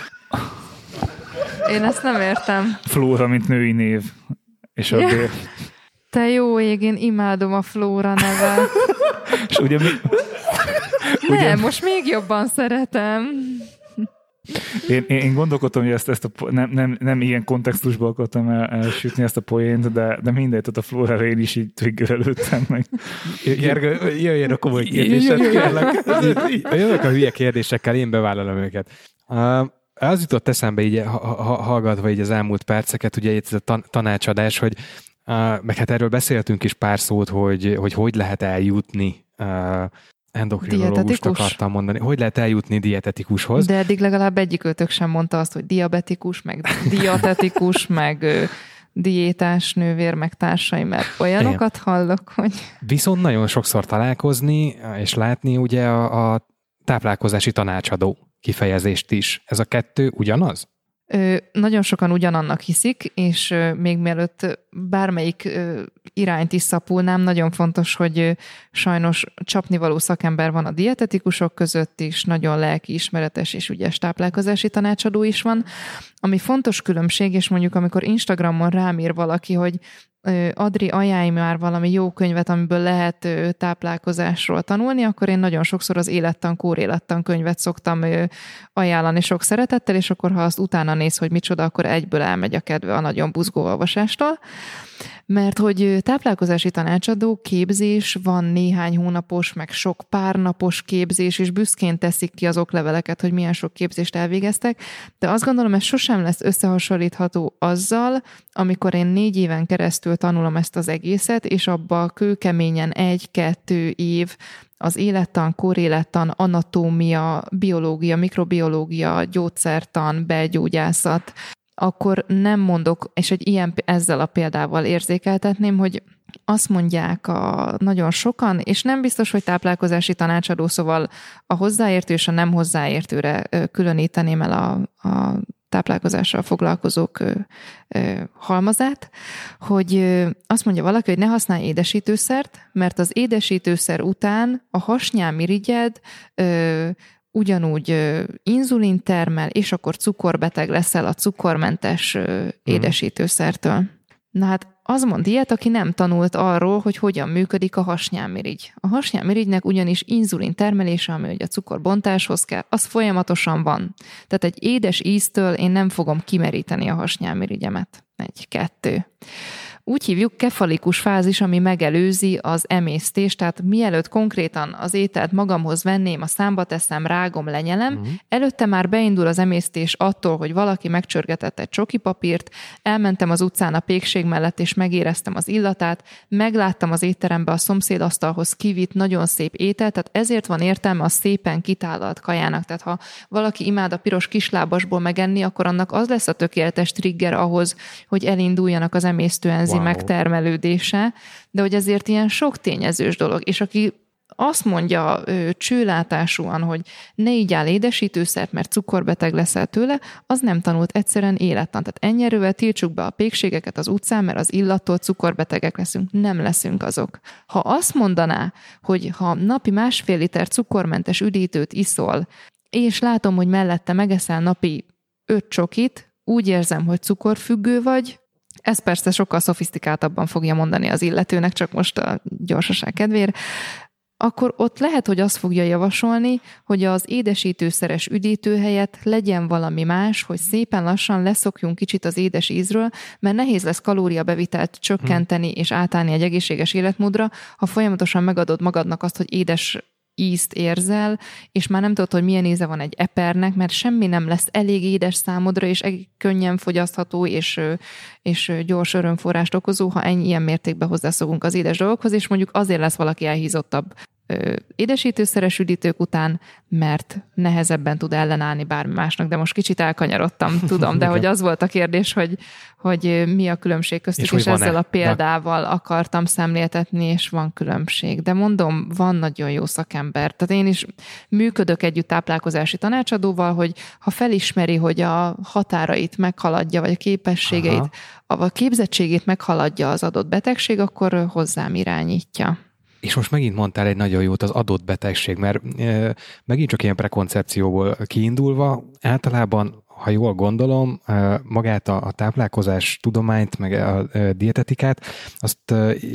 Én ezt nem értem. Flóra, mint női név. És a bél... Te jó ég, én imádom a Flóra nevet. És ugye mi... Nem, most még jobban szeretem. Én gondolkodtam, hogy ezt nem ilyen kontextusban akartam elsütni ezt a poént, de mindegy, tehát a Flórára én is így triggerelődtem meg. Gergő, jöjjön a komoly kérdések. Jövök a hülye kérdésekkel, én bevállalom őket. Az jutott eszembe így hallgatva így az elmúlt perceket, ugye itt ez a tanácsadás, hogy meg hát erről beszéltünk is pár szót, hogy lehet eljutni endokrinológust akartam mondani. Hogy lehet eljutni dietetikushoz? De eddig legalább egyikőtök sem mondta azt, hogy diabetikus, meg dietetikus, meg diétás nővér, meg társai, mert olyanokat hallok, hogy... Viszont nagyon sokszor találkozni és látni ugye a táplálkozási tanácsadó kifejezést is. Ez a kettő ugyanaz? Nagyon sokan ugyanannak hiszik, és még mielőtt bármelyik irányt is szapulnám, nagyon fontos, hogy sajnos csapnivaló szakember van a dietetikusok között is, nagyon lelkiismeretes és ügyes táplálkozási tanácsadó is van. Ami fontos különbség, és mondjuk amikor Instagramon rám ír valaki, hogy Adri, ajánlj már valami jó könyvet, amiből lehet táplálkozásról tanulni, akkor én nagyon sokszor az élettan, kórélettan könyvet szoktam ajánlani sok szeretettel, és akkor ha azt utána néz, hogy micsoda, akkor egyből elmegy a kedve a nagyon buzgó olvasástól. Mert hogy táplálkozási tanácsadó képzés van néhány hónapos, meg sok párnapos képzés, és büszkén teszik ki az okleveleket, hogy milyen sok képzést elvégeztek, de azt gondolom, ez sosem lesz összehasonlítható azzal, amikor én 4 éven keresztül tanulom ezt az egészet, és abba kőkeményen 1-2 év az élettan, kórélettan, anatómia, biológia, mikrobiológia, gyógyszertan, belgyógyászat, akkor nem mondok, és ezzel a példával érzékeltetném, hogy azt mondják nagyon sokan, és nem biztos, hogy táplálkozási tanácsadó, szóval a hozzáértő és a nem hozzáértőre különíteném el a táplálkozással foglalkozók halmazát, hogy azt mondja valaki, hogy ne használj édesítőszert, mert az édesítőszer után a hasnyálmirigyed ugyanúgy inzulin termel, és akkor cukorbeteg leszel a cukormentes édesítőszertől. Na hát az mond ilyet, aki nem tanult arról, hogy hogyan működik a hasnyálmirigy. A hasnyálmirigynek ugyanis inzulin termelése, ami ugye a cukorbontáshoz kell, az folyamatosan van. Tehát egy édes íztől én nem fogom kimeríteni a hasnyálmirigyemet. 1-2. Úgy hívjuk kefalikus fázis, ami megelőzi az emésztést, tehát mielőtt konkrétan az ételt magamhoz venném, a számba teszem, rágom, lenyelem, előtte már beindul az emésztés attól, hogy valaki megcsörgetett egy csokipapírt, elmentem az utcán a pékség mellett, és megéreztem az illatát, megláttam az étterembe a szomszédasztalhoz kivitt nagyon szép ételt, tehát ezért van értelme a szépen kitálalt kajának. Tehát ha valaki imád a piros kislábasból megenni, akkor annak az lesz a tökéletes trigger ahhoz, hogy elinduljanak az emésztőenzimek megtermelődése, de hogy ezért ilyen sok tényezős dolog. És aki azt mondja csőlátásúan, hogy ne igyál édesítőszert, mert cukorbeteg leszel tőle, az nem tanult egyszerűen élettan. Tehát ennyi erővel tiltsuk be a pékségeket az utcán, mert az illattól cukorbetegek leszünk. Nem leszünk azok. Ha azt mondaná, hogy ha napi 1,5 liter cukormentes üdítőt iszol, és látom, hogy mellette megeszel napi 5 csokit, úgy érzem, hogy cukorfüggő vagy, ez persze sokkal szofisztikáltabban fogja mondani az illetőnek, csak most a gyorsaság kedvéért, akkor ott lehet, hogy azt fogja javasolni, hogy az édesítőszeres üdítő helyett legyen valami más, hogy szépen lassan leszokjunk kicsit az édes ízről, mert nehéz lesz kalóriabevitelt csökkenteni és átállni egy egészséges életmódra, ha folyamatosan megadod magadnak azt, hogy édes ízt érzel, és már nem tudod, hogy milyen íze van egy epernek, mert semmi nem lesz elég édes számodra, és könnyen fogyasztható, és gyors örömforrást okozó, ha ilyen mértékben hozzászokunk az édes dolgokhoz, és mondjuk azért lesz valaki elhízottabb édesítőszeres üdítők után, mert nehezebben tud ellenállni bármi másnak, de most kicsit elkanyarodtam, tudom, de hogy az volt a kérdés, hogy mi a különbség köztük, és ezzel a példával akartam szemléltetni, és van különbség. De mondom, van nagyon jó szakember. Tehát én is működök együtt táplálkozási tanácsadóval, hogy ha felismeri, hogy a határait meghaladja, vagy a képességeit, a képzettségét meghaladja az adott betegség, akkor hozzám irányítja. És most megint mondtál egy nagyon jót, az adott betegség, mert megint csak ilyen prekoncepcióból kiindulva, általában, ha jól gondolom, magát a táplálkozás tudományt, meg a dietetikát, azt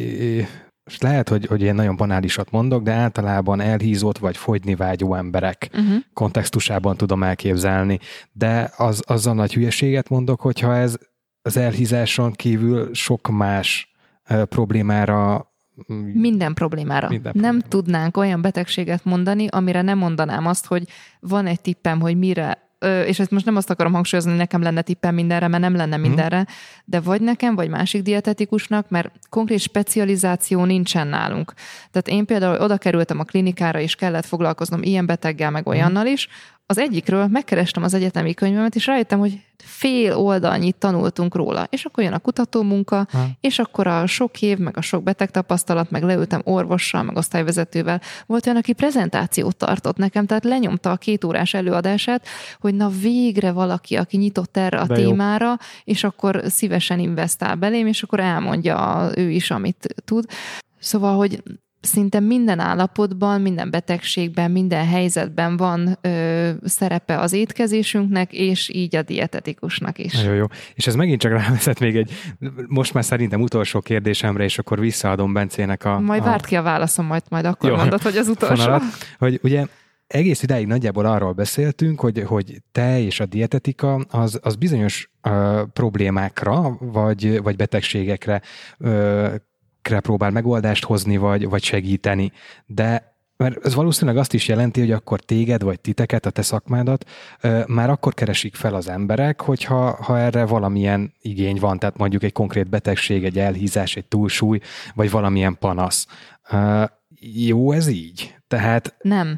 lehet, hogy én nagyon banálisat mondok, de általában elhízott vagy fogyni vágyó emberek kontextusában tudom elképzelni. De azzal nagy hülyeséget mondok, hogyha ez az elhízáson kívül sok más problémára Minden problémára. Nem tudnánk olyan betegséget mondani, amire nem mondanám azt, hogy van egy tippem, hogy mire, és ezt most nem azt akarom hangsúlyozni, hogy nekem lenne tippem mindenre, mert nem lenne mindenre, de vagy nekem, vagy másik dietetikusnak, mert konkrét specializáció nincsen nálunk. Tehát én például oda kerültem a klinikára, és kellett foglalkoznom ilyen beteggel, meg olyannal is. Az egyikről megkerestem az egyetemi könyvemet, és rájöttem, hogy fél oldalnyit tanultunk róla. És akkor jön a kutatómunka, és akkor a sok év, meg a sok betegtapasztalat, meg leültem orvossal, meg osztályvezetővel. Volt olyan, aki prezentációt tartott nekem, tehát lenyomta a 2 órás előadását, hogy na végre valaki, aki nyitott erre a témára, és akkor szívesen investál belém, és akkor elmondja ő is, amit tud. Szóval, hogy szinte minden állapotban, minden betegségben, minden helyzetben van szerepe az étkezésünknek, és így a dietetikusnak is. Nagyon jó. És ez megint csak rávezet még egy, most már szerintem utolsó kérdésemre, és akkor visszaadom Bencének Majd várt ki a válaszom, majd akkor mondod, hogy az utolsó. Fonalat, hogy ugye egész idáig nagyjából arról beszéltünk, hogy te és a dietetika az bizonyos problémákra, vagy betegségekre próbál megoldást hozni, vagy segíteni. De mert ez valószínűleg azt is jelenti, hogy akkor téged, vagy titeket, a te szakmádat már akkor keresik fel az emberek, hogyha erre valamilyen igény van, tehát mondjuk egy konkrét betegség, egy elhízás, egy túlsúly, vagy valamilyen panasz. Jó ez így? Tehát... Nem.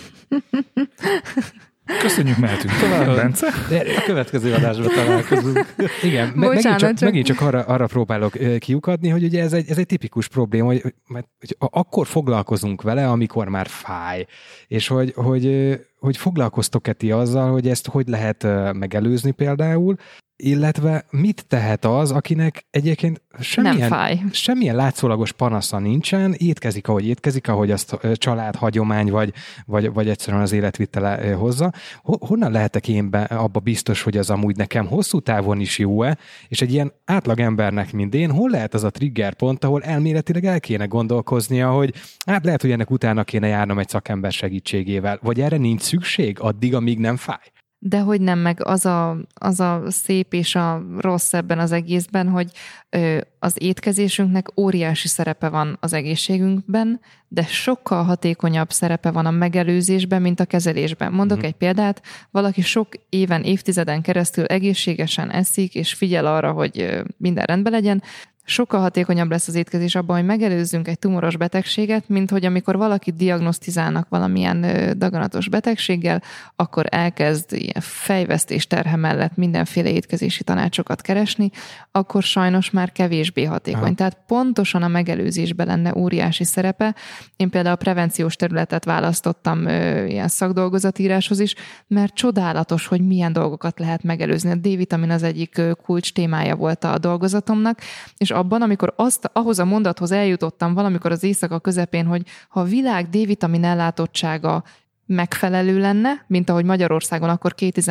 Köszönjük, mehetünk tovább, Bence. A következő adásban találkozunk. Igen, megint csak arra próbálok kiukadni, hogy ugye ez egy tipikus probléma, hogy akkor foglalkozunk vele, amikor már fáj. És hogy foglalkoztok-e ti azzal, hogy ezt hogy lehet megelőzni például, illetve mit tehet az, akinek egyébként semmilyen látszólagos panasza nincsen, étkezik, ahogy azt család, hagyomány, vagy egyszerűen az életvitele hozza. Honnan lehetek én abba biztos, hogy az amúgy nekem hosszú távon is jó-e, és egy ilyen átlagembernek, mint én, hol lehet az a trigger pont, ahol elméletileg el kéne gondolkoznia, hogy hát lehet, hogy ennek utána kéne járnom egy szakember segítségével, vagy erre nincs szükség addig, amíg nem fáj? De hogy nem, meg az a szép és a rossz ebben az egészben, hogy az étkezésünknek óriási szerepe van az egészségünkben, de sokkal hatékonyabb szerepe van a megelőzésben, mint a kezelésben. Mondok egy példát, valaki sok éven, évtizeden keresztül egészségesen eszik, és figyel arra, hogy minden rendben legyen, sokkal hatékonyabb lesz az étkezés abban, hogy megelőzzünk egy tumoros betegséget, mint hogy amikor valakit diagnosztizálnak valamilyen daganatos betegséggel, akkor elkezd ilyen fejvesztés terhe mellett mindenféle étkezési tanácsokat keresni, akkor sajnos már kevésbé hatékony. Aha. Tehát pontosan a megelőzésben lenne óriási szerepe. Én például a prevenciós területet választottam ilyen szakdolgozatíráshoz is, mert csodálatos, hogy milyen dolgokat lehet megelőzni. A D-vitamin az egyik kulcs témája volt a dolgozatomnak, és abban, amikor ahhoz a mondathoz eljutottam valamikor az éjszaka közepén, hogy ha a világ D-vitamin ellátottsága megfelelő lenne, mint ahogy Magyarországon akkor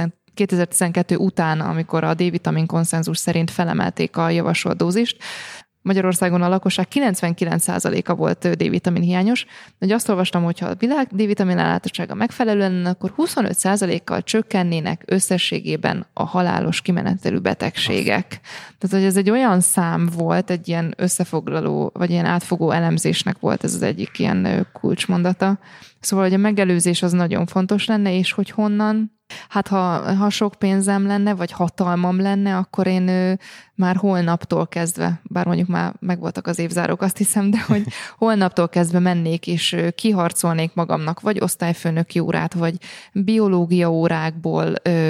2012 után, amikor a D-vitamin konszenzus szerint felemelték a javasolt dózist, Magyarországon a lakosság 99%-a volt D-vitamin hiányos, hogy azt olvastam, hogy ha a világ D-vitamin ellátottsága megfelelő lenne, akkor 25%-kal csökkennének összességében a halálos kimenetelű betegségek. Tehát, hogy ez egy olyan szám volt, egy ilyen összefoglaló, vagy ilyen átfogó elemzésnek volt ez az egyik ilyen kulcsmondata. Szóval, hogy a megelőzés az nagyon fontos lenne, és hogy honnan. Hát ha sok pénzem lenne, vagy hatalmam lenne, akkor én már holnaptól kezdve, bár mondjuk már megvoltak az évzárok, azt hiszem, de hogy holnaptól kezdve mennék, és kiharcolnék magamnak, vagy osztályfőnöki órát, vagy biológia órákból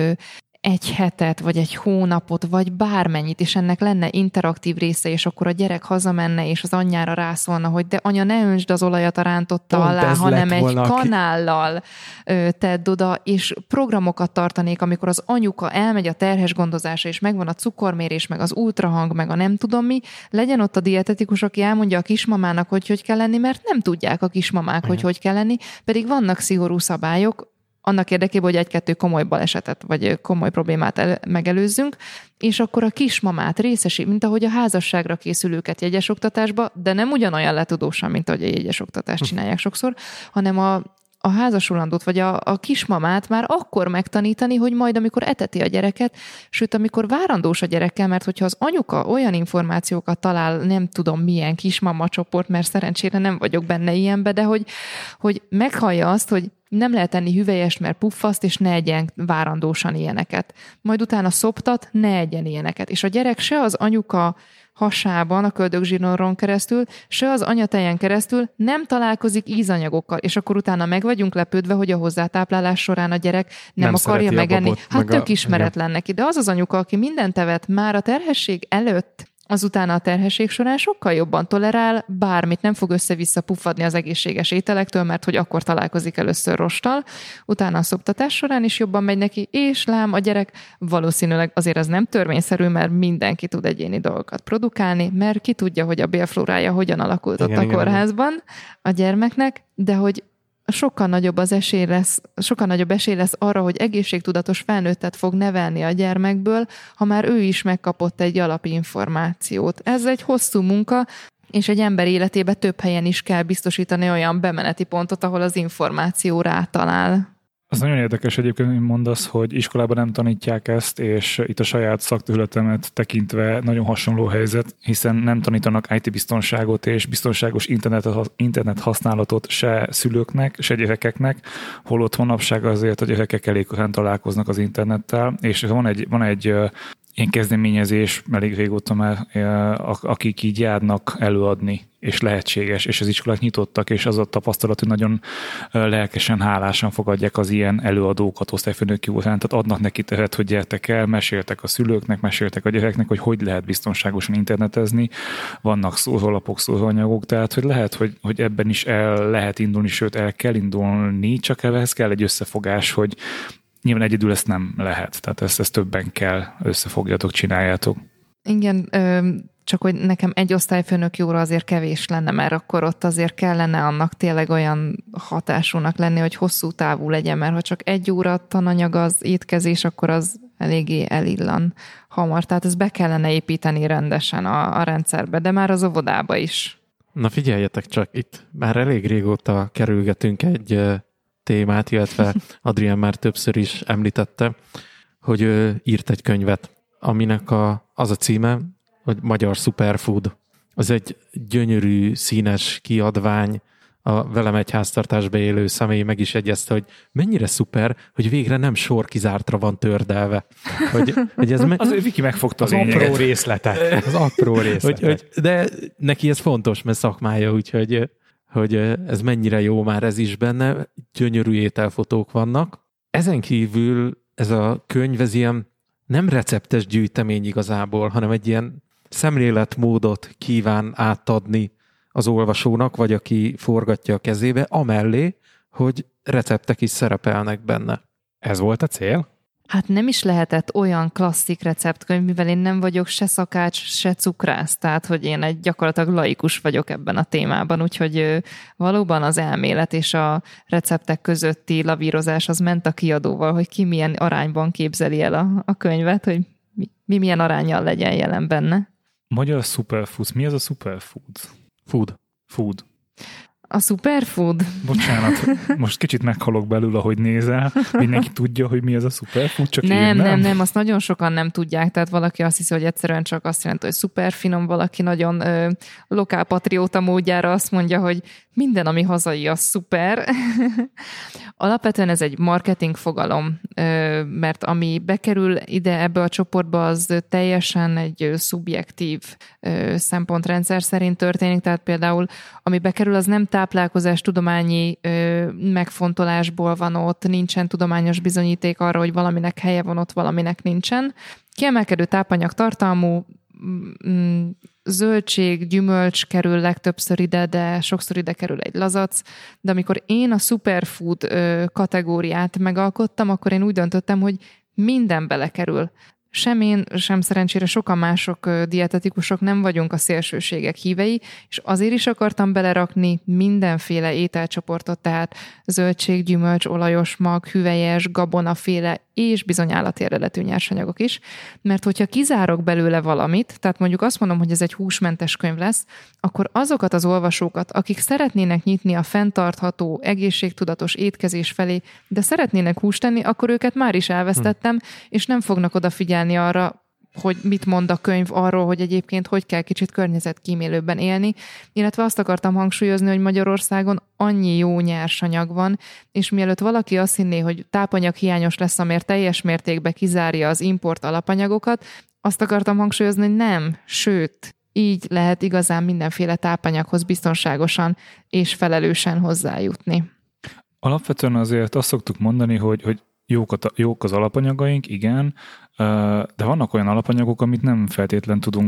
egy hetet, vagy egy hónapot, vagy bármennyit, és ennek lenne interaktív része, és akkor a gyerek hazamenne, és az anyjára rászólna, hogy de anya, ne öntsd az olajat a rántotta alá, hanem egy kanállal tedd oda, és programokat tartanék, amikor az anyuka elmegy a terhes gondozása, és megvan a cukormérés, meg az ultrahang, meg a nem tudom mi, legyen ott a dietetikus, aki elmondja a kismamának, hogy kell lenni, mert nem tudják a kismamák, hogy kell lenni, pedig vannak szigorú szabályok, annak érdekében, hogy egy-kettő komoly balesetet, vagy komoly problémát megelőzzünk, és akkor a kismamát részesít, mint ahogy a házasságra készülőket jegyes oktatásba, de nem ugyanolyan letudósan, mint ahogy a jegyes oktatást csinálják sokszor, hanem a házasulandót, vagy a kismamát már akkor megtanítani, hogy majd amikor eteti a gyereket, sőt, amikor várandós a gyerekkel, mert hogyha az anyuka olyan információkat talál, nem tudom milyen kismama csoport, mert szerencsére nem vagyok benne ilyenbe, de hogy meghallja azt, hogy nem lehet enni hüvelyest, mert puffaszt, és ne egyen várandósan ilyeneket. Majd utána szoptat, ne egyen ilyeneket. És a gyerek se az anyuka hasában, a köldögzsíron keresztül, se az anyatejen keresztül nem találkozik ízanyagokkal, és akkor utána meg vagyunk lepődve, hogy a hozzátáplálás során a gyerek nem akarja megenni. Hát tök ismeretlen neki. De az anyuka, aki mindent evett már a terhesség előtt, azután a terhesség során sokkal jobban tolerál, bármit nem fog össze-vissza puffadni az egészséges ételektől, mert hogy akkor találkozik először rosttal, utána a szoptatás során is jobban megy neki, és lám a gyerek valószínűleg azért ez nem törvényszerű, mert mindenki tud egyéni dolgokat produkálni, mert ki tudja, hogy a bélflórája hogyan alakult ott a kórházban a gyermeknek, de hogy sokkal nagyobb esély lesz arra, hogy egészségtudatos felnőttet fog nevelni a gyermekből, ha már ő is megkapott egy alapinformációt. Ez egy hosszú munka, és egy ember életébe több helyen is kell biztosítani olyan bemeneti pontot, ahol az információ rátalál. Az nagyon érdekes egyébként, hogy mondasz, hogy iskolában nem tanítják ezt, és itt a saját szakterületemet tekintve nagyon hasonló helyzet, hiszen nem tanítanak IT-biztonságot és biztonságos internet használatot se szülőknek, se gyerekeknek, holott manapság azért a gyerekek elég könnyen találkoznak az internettel, és van egy ilyen kezdeményezés, elég régóta már, akik így járnak előadni, és lehetséges, és az iskolák nyitottak, és az a tapasztalat, hogy nagyon lelkesen, hálásan fogadják az ilyen előadókat osztályfőnöki után, tehát adnak neki teret, hogy gyertek el, meséltek a szülőknek, meséltek a gyereknek, hogy lehet biztonságosan internetezni, vannak szórólapok, szóróanyagok, tehát hogy lehet, hogy ebben is el lehet indulni, sőt el kell indulni, csak ehhez kell egy összefogás, hogy nyilván egyedül ezt nem lehet, tehát ezt többen kell, összefogjatok, csináljátok. Igen, csak hogy nekem egy osztályfőnöki óra azért kevés lenne, mert akkor ott azért kellene annak tényleg olyan hatásúnak lenni, hogy hosszú távú legyen, mert ha csak egy óra tananyag az étkezés, akkor az eléggé elillan hamar. Tehát ezt be kellene építeni rendesen a rendszerbe, de már az óvodába is. Na figyeljetek csak, itt már elég régóta kerülgetünk egy témát, illetve Adrián már többször is említette, hogy ő írt egy könyvet, aminek az a címe, hogy Magyar Superfood. Az egy gyönyörű, színes kiadvány, a velem egy háztartásba élő személy meg is jegyezte, hogy mennyire szuper, hogy végre nem sorkizártra van tördelve. Hogy ez az Viki megfogta az apró részletet. Az apró részletet. De neki ez fontos, mert szakmája, úgyhogy hogy ez mennyire jó már ez is benne, gyönyörű ételfotók vannak. Ezen kívül ez a könyv, ez ilyen nem receptes gyűjtemény igazából, hanem egy ilyen szemléletmódot kíván átadni az olvasónak, vagy aki forgatja a kezébe, amellé, hogy receptek is szerepelnek benne. Ez volt a cél? Hát nem is lehetett olyan klasszik receptkönyv, mivel én nem vagyok se szakács, se cukrász, tehát hogy én egy gyakorlatilag laikus vagyok ebben a témában, úgyhogy valóban az elmélet és a receptek közötti lavírozás az ment a kiadóval, hogy ki milyen arányban képzeli el a könyvet, hogy mi milyen aránnyal legyen jelen benne. Magyar Superfoods. Mi az a Superfood? Food. A superfood? Bocsánat, most kicsit meghalok belül, ahogy nézel. Mindenki tudja, hogy mi az a superfood, csak nem, azt nagyon sokan nem tudják, tehát valaki azt hiszi, hogy egyszerűen csak azt jelenti, hogy szuperfinom, valaki nagyon lokálpatrióta módjára azt mondja, hogy minden, ami hazai, az szuper. Alapvetően ez egy marketing fogalom, mert ami bekerül ide ebbe a csoportba, az teljesen egy szubjektív szempontrendszer szerint történik, tehát például ami bekerül, az nem táplálkozás tudományi megfontolásból van ott, nincsen tudományos bizonyíték arra, hogy valaminek helye van ott, valaminek nincsen. Kiemelkedő tápanyag tartalmú, zöldség, gyümölcs kerül legtöbbször ide, de sokszor ide kerül egy lazac, de amikor én a superfood kategóriát megalkottam, akkor én úgy döntöttem, hogy minden belekerül. Sem én, sem szerencsére sokan mások dietetikusok nem vagyunk a szélsőségek hívei, és azért is akartam belerakni mindenféle ételcsoportot, tehát zöldség, gyümölcs, olajos mag, hüvelyes, gabonaféle és bizony állati eredetű nyersanyagok is, mert hogyha kizárok belőle valamit, tehát mondjuk azt mondom, hogy ez egy húsmentes könyv lesz, akkor azokat az olvasókat, akik szeretnének nyitni a fenntartható, egészségtudatos étkezés felé, de szeretnének húst tenni, akkor őket már is elvesztettem, és nem fognak odafigyelni arra, hogy mit mond a könyv arról, hogy egyébként hogy kell kicsit környezetkímélőbben élni, illetve azt akartam hangsúlyozni, hogy Magyarországon annyi jó nyersanyag van, és mielőtt valaki azt hinné, hogy tápanyaghiányos lesz, amért teljes mértékben kizárja az import alapanyagokat, azt akartam hangsúlyozni, hogy nem, sőt, így lehet igazán mindenféle tápanyaghoz biztonságosan és felelősen hozzájutni. Alapvetően azért azt szoktuk mondani, hogy jók az alapanyagaink, igen, de vannak olyan alapanyagok, amit nem feltétlen tudunk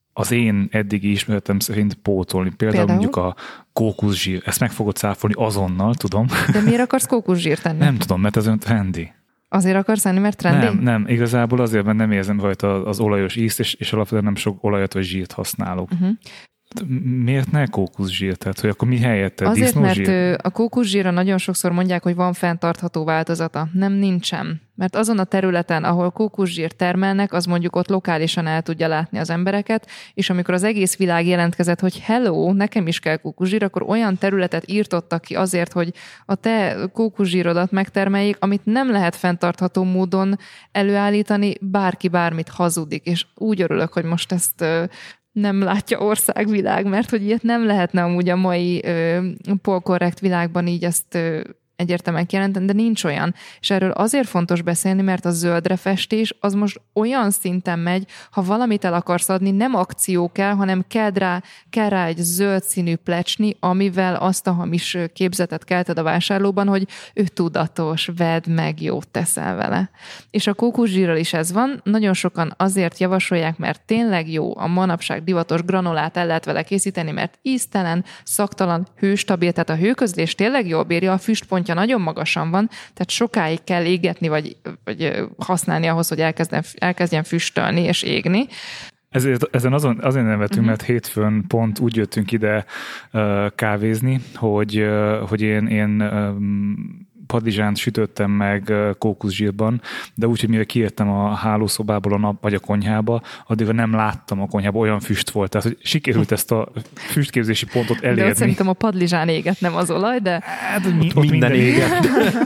az én eddigi ismeretem szerint pótolni. Például mondjuk a kókuszsír. Ezt meg fogod cáfolni azonnal, tudom. De miért akarsz kókuszsírt tenni? Nem tudom, mert ez olyan trendi. Azért akarsz enni, mert trendi? Nem, igazából azért, mert nem érzem rajta az olajos ízt, és alapvetően nem sok olajat vagy zsírt használok. Miért ne kókuszsír? Tehát, hogy akkor mi helyette? Azért, mert a kókuszsírra nagyon sokszor mondják, hogy van fenntartható változata. Nem, nincsen. Mert azon a területen, ahol kókuszsír termelnek, az mondjuk ott lokálisan el tudja látni az embereket, és amikor az egész világ jelentkezett, hogy hello, nekem is kell kókuszsír, akkor olyan területet írtottak ki azért, hogy a te kókuszsírodat megtermeljék, amit nem lehet fenntartható módon előállítani, bárki bármit hazudik, és úgy örülök, hogy most ezt nem látja országvilág, mert hogy ilyet nem lehetne amúgy a mai polkorrekt világban így ezt egyértelműen kijelenteni, de nincs olyan. És erről azért fontos beszélni, mert a zöldre festés az most olyan szinten megy, ha valamit el akarsz adni, nem akció kell, hanem kell rá egy zöld színű plecsni, amivel azt a hamis képzetet kelted a vásárlóban, hogy ő tudatos, vedd meg, jót teszel vele. És a kókuszsírral is ez van. Nagyon sokan azért javasolják, mert tényleg jó a manapság divatos granulát el lehet vele készíteni, mert íztelen, szagtalan, hőstabil, tehát a hőközlés tényleg jól bírja, a füstpontja nagyon magasan van, tehát sokáig kell égetni, vagy használni ahhoz, hogy elkezdjen füstölni és égni. Ezen azért nevetünk, mert hétfőn pont úgy jöttünk ide kávézni, hogy én padlizsánt sütöttem meg kókuszsírban, de úgy, hogy mivel kiértem a hálószobából vagy a konyhába, addigra nem láttam a konyhába, olyan füst volt. Tehát, hogy sikerült ezt a füstképzési pontot elérni. De ott szerintem a padlizsán éget, nem az olaj, de... Hát, ott minden éget.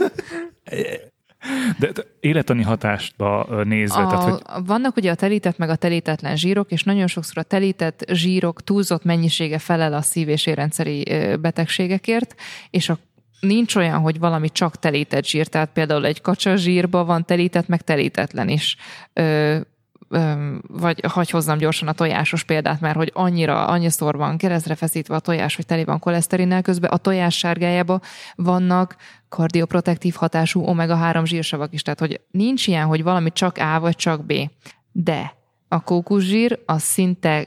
De élettani hatásba nézve. Tehát, hogy... Vannak ugye a telített meg a telítetlen zsírok, és nagyon sokszor a telített zsírok túlzott mennyisége felel a szív- és érrendszeri betegségekért, és nincs olyan, hogy valami csak telített zsír, tehát például egy kacsa zsírban van telített, meg telítetlen is. Vagy hagy hozzam gyorsan a tojásos példát, mert hogy annyiszor van keresztre feszítve a tojás, hogy teli van koleszterinnel, közben a tojás sárgájában vannak kardioprotektív hatású omega-3 zsírsavak is, tehát hogy nincs ilyen, hogy valami csak A vagy csak B. De a kókuszsír az szinte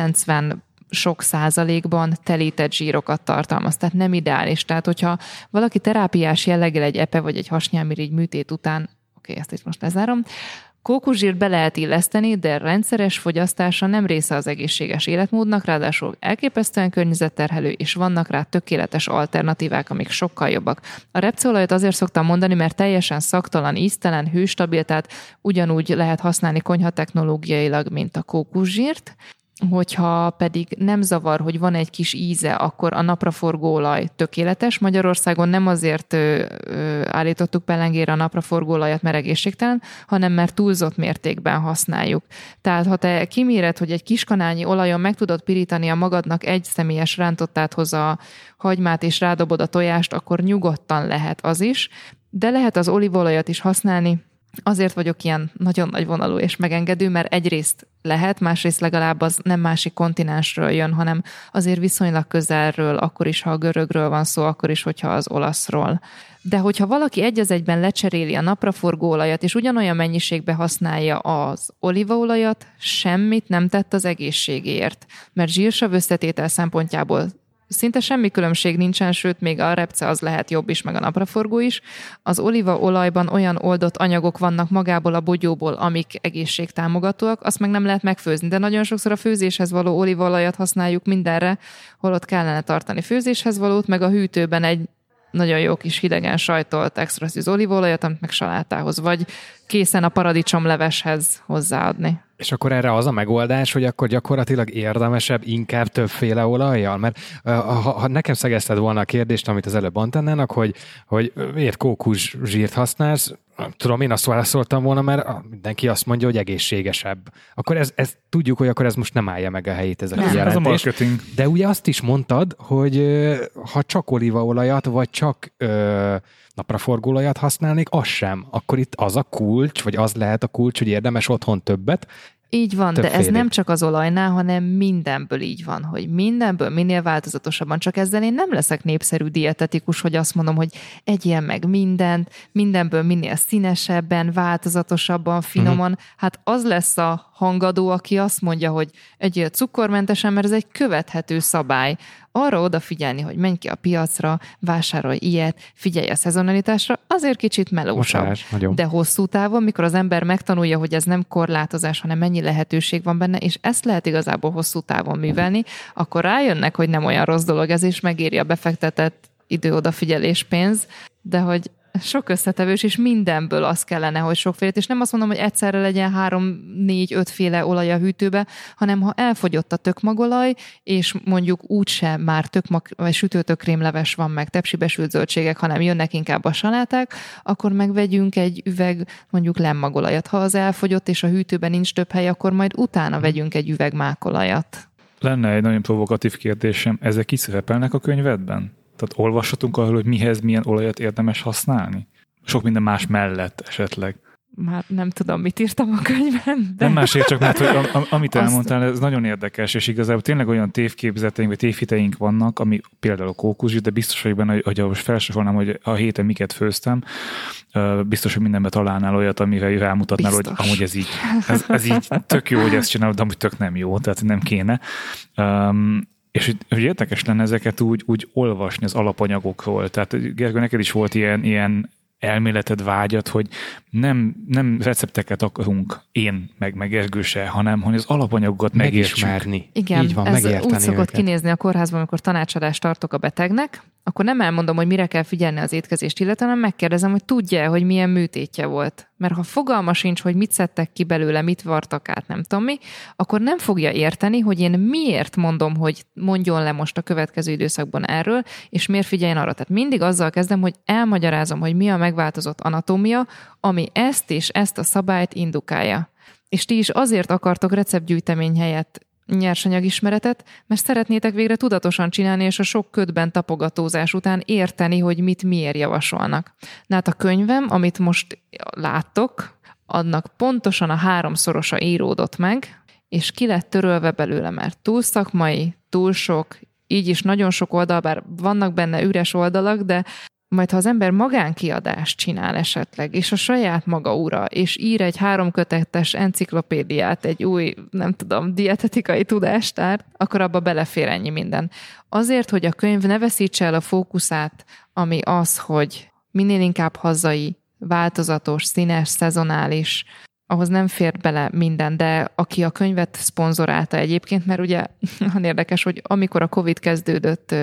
90 sok százalékban telített zsírokat tartalmaz, tehát nem ideális. Tehát, hogyha valaki terápiás jelleggel egy epe vagy egy hasnyálmirigy műtét után, ezt itt most lezárom, kókuszsírt be lehet illeszteni, de rendszeres fogyasztása nem része az egészséges életmódnak, ráadásul elképesztően környezetterhelő, és vannak rá tökéletes alternatívák, amik sokkal jobbak. A repceolajat azért szoktam mondani, mert teljesen szagtalan, íztelen, hőstabil, tehát ugyanúgy lehet használni konyhatechnológiailag, mint a kókuszsírt. Hogyha pedig nem zavar, hogy van egy kis íze, akkor a napraforgóolaj tökéletes. Magyarországon nem azért állítottuk pellengére a napraforgóolajat, mert egészségtelen, hanem mert túlzott mértékben használjuk. Tehát ha te kiméred, hogy egy kiskanálnyi olajon meg tudod pirítani a magadnak egy személyes rántottáthoz a hagymát, és rádobod a tojást, akkor nyugodtan lehet az is, de lehet az olívaolajat is használni. Azért vagyok ilyen nagyon nagy vonalú és megengedő, mert egyrészt lehet, másrészt legalább az nem másik kontinensről jön, hanem azért viszonylag közelről, akkor is, ha a görögről van szó, akkor is, hogyha az olaszról. De hogyha valaki egy az egyben lecseréli a napraforgóolajat, és ugyanolyan mennyiségbe használja az olívaolajat, semmit nem tett az egészségéért, mert zsírsav összetétel szempontjából szinte semmi különbség nincsen, sőt, még a repce az lehet jobb is, meg a napraforgó is. Az olívaolajban olyan oldott anyagok vannak magából a bogyóból, amik egészségtámogatóak, azt meg nem lehet megfőzni, de nagyon sokszor a főzéshez való olívaolajat használjuk mindenre, holott kellene tartani főzéshez valót, meg a hűtőben egy nagyon jó kis hidegen sajtolt extra szűz olívaolajat, amit meg salátához, vagy készen a paradicsomleveshez hozzáadni. És akkor erre az a megoldás, hogy akkor gyakorlatilag érdemesebb inkább többféle olajjal? Mert ha nekem szegezted volna a kérdést, amit az előbb Antennának, hogy miért kókuszsírt használsz, tudom, én azt válaszoltam volna, mert mindenki azt mondja, hogy egészségesebb. Akkor ez tudjuk, hogy akkor ez most nem állja meg a helyét ez a kijelentés. Ez a marketing. De ugye azt is mondtad, hogy ha csak olívaolajat, vagy csak napraforgóolajat használnék, az sem. Akkor itt az a kulcs, vagy az lehet a kulcs, hogy érdemes otthon többet Így van, de ez Többfélét. nem csak az olajnál, hanem mindenből így van, hogy mindenből minél változatosabban. Csak ezzel én nem leszek népszerű dietetikus, hogy azt mondom, hogy egyél meg mindent, mindenből minél színesebben, változatosabban, finoman. Hát az lesz a hangadó, aki azt mondja, hogy egyél cukormentesen, mert ez egy követhető szabály. Arra odafigyelni, hogy menj ki a piacra, vásárolj ilyet, figyelj a szezonalitásra, azért kicsit melósabb. Mosás, nagyon. De hosszú távon, mikor az ember megtanulja, hogy ez nem korlátozás, hanem mennyi lehetőség van benne, és ezt lehet igazából hosszú távon művelni, akkor rájönnek, hogy nem olyan rossz dolog ez, és megéri a befektetett idő, odafigyelés, pénz, de hogy sok összetevős, és mindenből az kellene, hogy sokfélét, és nem azt mondom, hogy egyszerre legyen 3-4-5 féle olaj a hűtőbe, hanem ha elfogyott a tökmagolaj, és mondjuk úgyse már vagy sütőtökrémleves van, meg tepsibe sült zöldségek, hanem jönnek inkább a saláták, akkor megvegyünk egy üveg mondjuk lemmagolajat. Ha az elfogyott, és a hűtőben nincs több hely, akkor majd utána vegyünk egy üveg mákolajat. Lenne egy nagyon provokatív kérdésem, ezek kiszerepelnek a könyvedben? Tehát olvashatunk arról, hogy mihez milyen olajat érdemes használni? Sok minden más mellett esetleg. Már nem tudom, mit írtam a könyvben. De... Nem másért, csak mert hogy amit elmondtál, ez nagyon érdekes, és igazából tényleg olyan tévképzeteink, vagy tévhiteink vannak, ami például a kókuszsír, de biztos vagyok benne, hogy most felsorolnám, hogy a héten miket főztem, biztos, hogy mindenben találnál olyat, amire rámutatnál, biztos. Hogy amúgy ez így tök jó, hogy ezt csinálod, de amúgy tök nem jó, tehát nem kéne. És hogy érdekes lenne ezeket úgy olvasni az alapanyagokról. Tehát Gergő, neked is volt ilyen elméleted, vágyat, hogy nem recepteket akarunk én, meg Gergő se, hanem hogy az alapanyagokat megismerni. Igen, így van, ez megérteni úgy szokott őket. Kinézni a kórházban, amikor tanácsadást tartok a betegnek, akkor nem elmondom, hogy mire kell figyelni az étkezést illetve, hanem megkérdezem, hogy tudja, hogy milyen műtétje volt. Mert ha fogalma sincs, hogy mit szedtek ki belőle, mit vartak át, nem tudom mi, akkor nem fogja érteni, hogy én miért mondom, hogy mondjon le most a következő időszakban erről, és miért figyeljen arra. Tehát mindig azzal kezdem, hogy elmagyarázom, hogy mi a megváltozott anatómia, ami ezt és ezt a szabályt indukálja. És ti is azért akartok receptgyűjtemény helyett nyersanyagismeretet, mert szeretnétek végre tudatosan csinálni, és a sok ködben tapogatózás után érteni, hogy mit miért javasolnak. Na hát a könyvem, amit most láttok, annak pontosan a 3-szorosa íródott meg, és ki lett törölve belőle, mert túl szakmai, túl sok, így is nagyon sok oldal, bár vannak benne üres oldalak, de majd ha az ember magánkiadást csinál esetleg, és a saját maga ura, és ír egy 3 kötetes enciklopédiát, egy új, nem tudom, dietetikai tudástárt, akkor abba belefér ennyi minden. Azért, hogy a könyv ne veszítse el a fókuszát, ami az, hogy minél inkább hazai, változatos, színes, szezonális, ahhoz nem fér bele minden, de aki a könyvet szponzorálta egyébként, mert ugye nagyon érdekes, hogy amikor a Covid kezdődött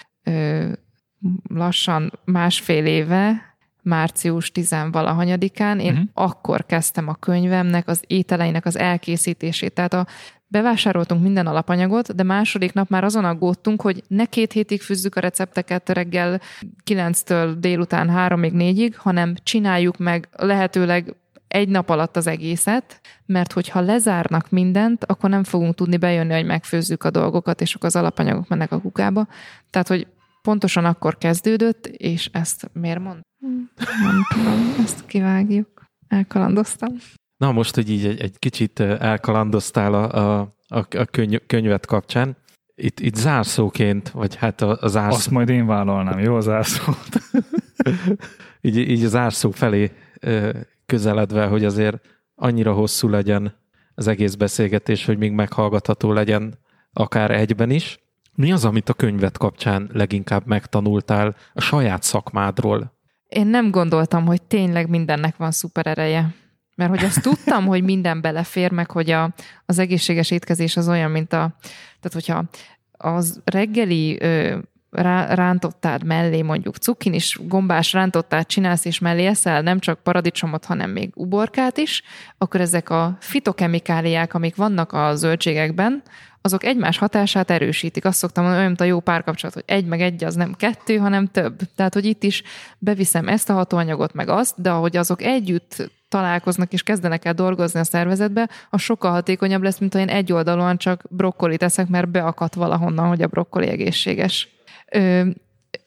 lassan 1,5 éve, március 10-valahanyadikán, én akkor kezdtem a könyvemnek, az ételeinek az elkészítését. Tehát bevásároltunk minden alapanyagot, de második nap már azon aggódtunk, hogy ne 2 hétig fűzzük a recepteket reggel 9-től délután 3-ig, 4-ig, hanem csináljuk meg lehetőleg 1 nap alatt az egészet, mert hogyha lezárnak mindent, akkor nem fogunk tudni bejönni, hogy megfőzzük a dolgokat, és akkor az alapanyagok mennek a kukába. Tehát, hogy pontosan akkor kezdődött, és ezt miért mond? Nem tudom, ezt kivágjuk. Elkalandoztam. Na most, hogy így egy kicsit elkalandoztál a könyvet kapcsán, itt zárszóként, vagy hát a zárszó... Azt majd én vállalnám, jó, a zárszót? így a zárszó felé közeledve, hogy azért annyira hosszú legyen az egész beszélgetés, hogy még meghallgatható legyen akár egyben is. Mi az, amit a könyvet kapcsán leginkább megtanultál a saját szakmádról? Én nem gondoltam, hogy tényleg mindennek van szuper ereje. Mert hogy azt tudtam, hogy minden belefér, meg hogy az egészséges étkezés az olyan, mint tehát hogyha az reggeli rántottád mellé mondjuk cukinis, gombás rántottát csinálsz, és mellé eszel nem csak paradicsomot, hanem még uborkát is, akkor ezek a fitokemikáliák, amik vannak a zöldségekben, azok egymás hatását erősítik. Azt szoktam mondani, olyan, mint a jó párkapcsolat, hogy 1 meg 1 az nem 2, hanem több. Tehát, hogy itt is beviszem ezt a hatóanyagot, meg azt, de ahogy azok együtt találkoznak és kezdenek el dolgozni a szervezetbe, az sokkal hatékonyabb lesz, mint ha én egyoldalúan csak brokkolit eszek, mert beakadt valahonnan, hogy a brokkoli egészséges.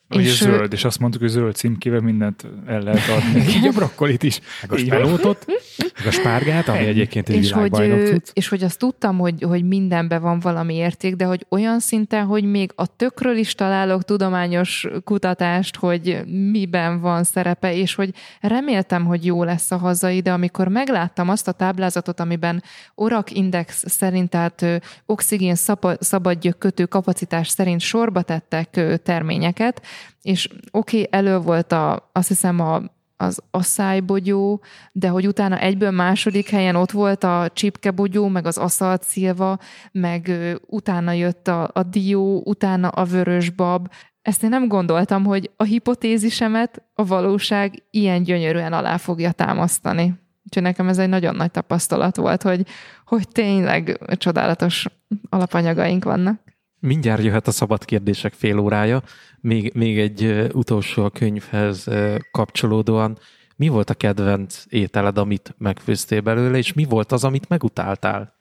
Vagy zöld, és azt mondtuk, hogy zöld címkével mindent el lehet adni. Így a brokkolit is. Meg a spelótot, meg a spárgát, ami egyébként egy világbajnok cucc. És hogy azt tudtam, hogy mindenben van valami érték, de hogy olyan szinten, hogy még a tökről is találok tudományos kutatást, hogy miben van szerepe, és hogy reméltem, hogy jó lesz a hazai, de amikor megláttam azt a táblázatot, amiben ORAC index szerint, tehát oxigén szabadgyökkötő kapacitás szerint sorba tettek terményeket, és elő volt azt hiszem az asszálybogyó, de hogy utána egyből második helyen ott volt a csipkebogyó, meg az aszaltszilva, meg utána jött a dió, utána a vörösbab. Ezt én nem gondoltam, hogy a hipotézisemet a valóság ilyen gyönyörűen alá fogja támasztani. Úgyhogy nekem ez egy nagyon nagy tapasztalat volt, hogy tényleg csodálatos alapanyagaink vannak. Mindjárt jöhet a szabad kérdések fél órája. Még egy utolsó a könyvhez kapcsolódóan. Mi volt a kedvenc ételed, amit megfőztél belőle, és mi volt az, amit megutáltál?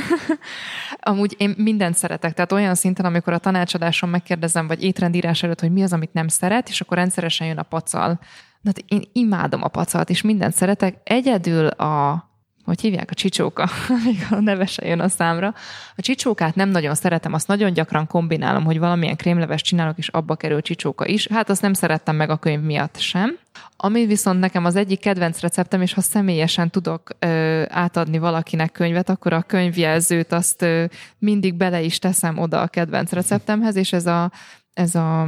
Amúgy én mindent szeretek, tehát olyan szinten, amikor a tanácsadáson megkérdezem, vagy étrendírás előtt, hogy mi az, amit nem szeret, és akkor rendszeresen jön a pacal. Na, én imádom a pacalt, és mindent szeretek. Egyedül hogy hívják, a csicsóka, még a neve se jön a számra. A csicsókát nem nagyon szeretem, azt nagyon gyakran kombinálom, hogy valamilyen krémleves csinálok, és abba kerül csicsóka is. Hát azt nem szerettem meg a könyv miatt sem. Ami viszont nekem az egyik kedvenc receptem, és ha személyesen tudok átadni valakinek könyvet, akkor a könyvjelzőt azt mindig bele is teszem oda a kedvenc receptemhez, és ez a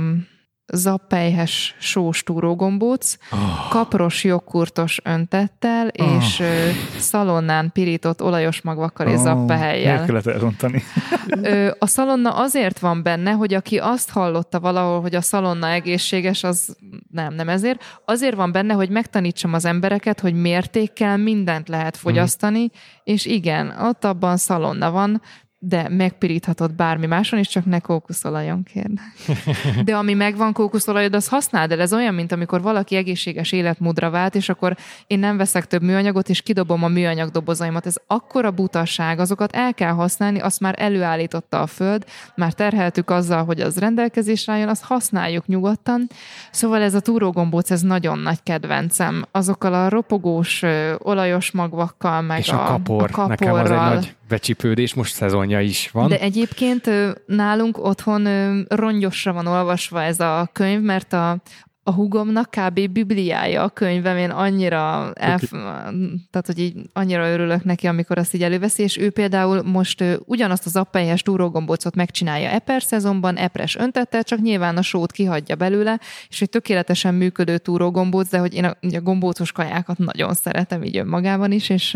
zappelyhes sós túrógombóc, kapros jogurtos öntettel, és szalonnán pirított olajos magvakkal és zappehelyjel. Miért kellett elrontani? A szalonna azért van benne, hogy aki azt hallotta valahol, hogy a szalonna egészséges, az nem ezért. Azért van benne, hogy megtanítsam az embereket, hogy mértékkel mindent lehet fogyasztani, és igen, ott abban szalonna van, de megpiríthatod bármi máson is, csak ne kókuszolajon, kérlek. De ami megvan kókuszolajod, az használd el. Ez olyan, mint amikor valaki egészséges életmódra vált, és akkor én nem veszek több műanyagot, és kidobom a műanyag dobozaimat. Ez akkora butaság, azokat el kell használni, azt már előállította a Föld, már terheltük azzal, hogy az rendelkezésre álljon, azt használjuk nyugodtan. Szóval ez a túrógombóc, ez nagyon nagy kedvencem. Azokkal a ropogós, olajos magvakkal, meg és a kaporral. Nekem az egy nagy becsipődés, most szezonja is van. De egyébként nálunk otthon rongyosra van olvasva ez a könyv, mert a húgomnak kb. Bibliája a könyvem, én annyira tehát, hogy így annyira örülök neki, amikor azt így előveszi, és ő például most ugyanazt az zappelyhes túrógombócot megcsinálja eper szezonban, epres öntettel, csak nyilván a sót kihagyja belőle, és egy tökéletesen működő túrógombóc, de hogy én a gombócos kajákat nagyon szeretem így önmagában is, és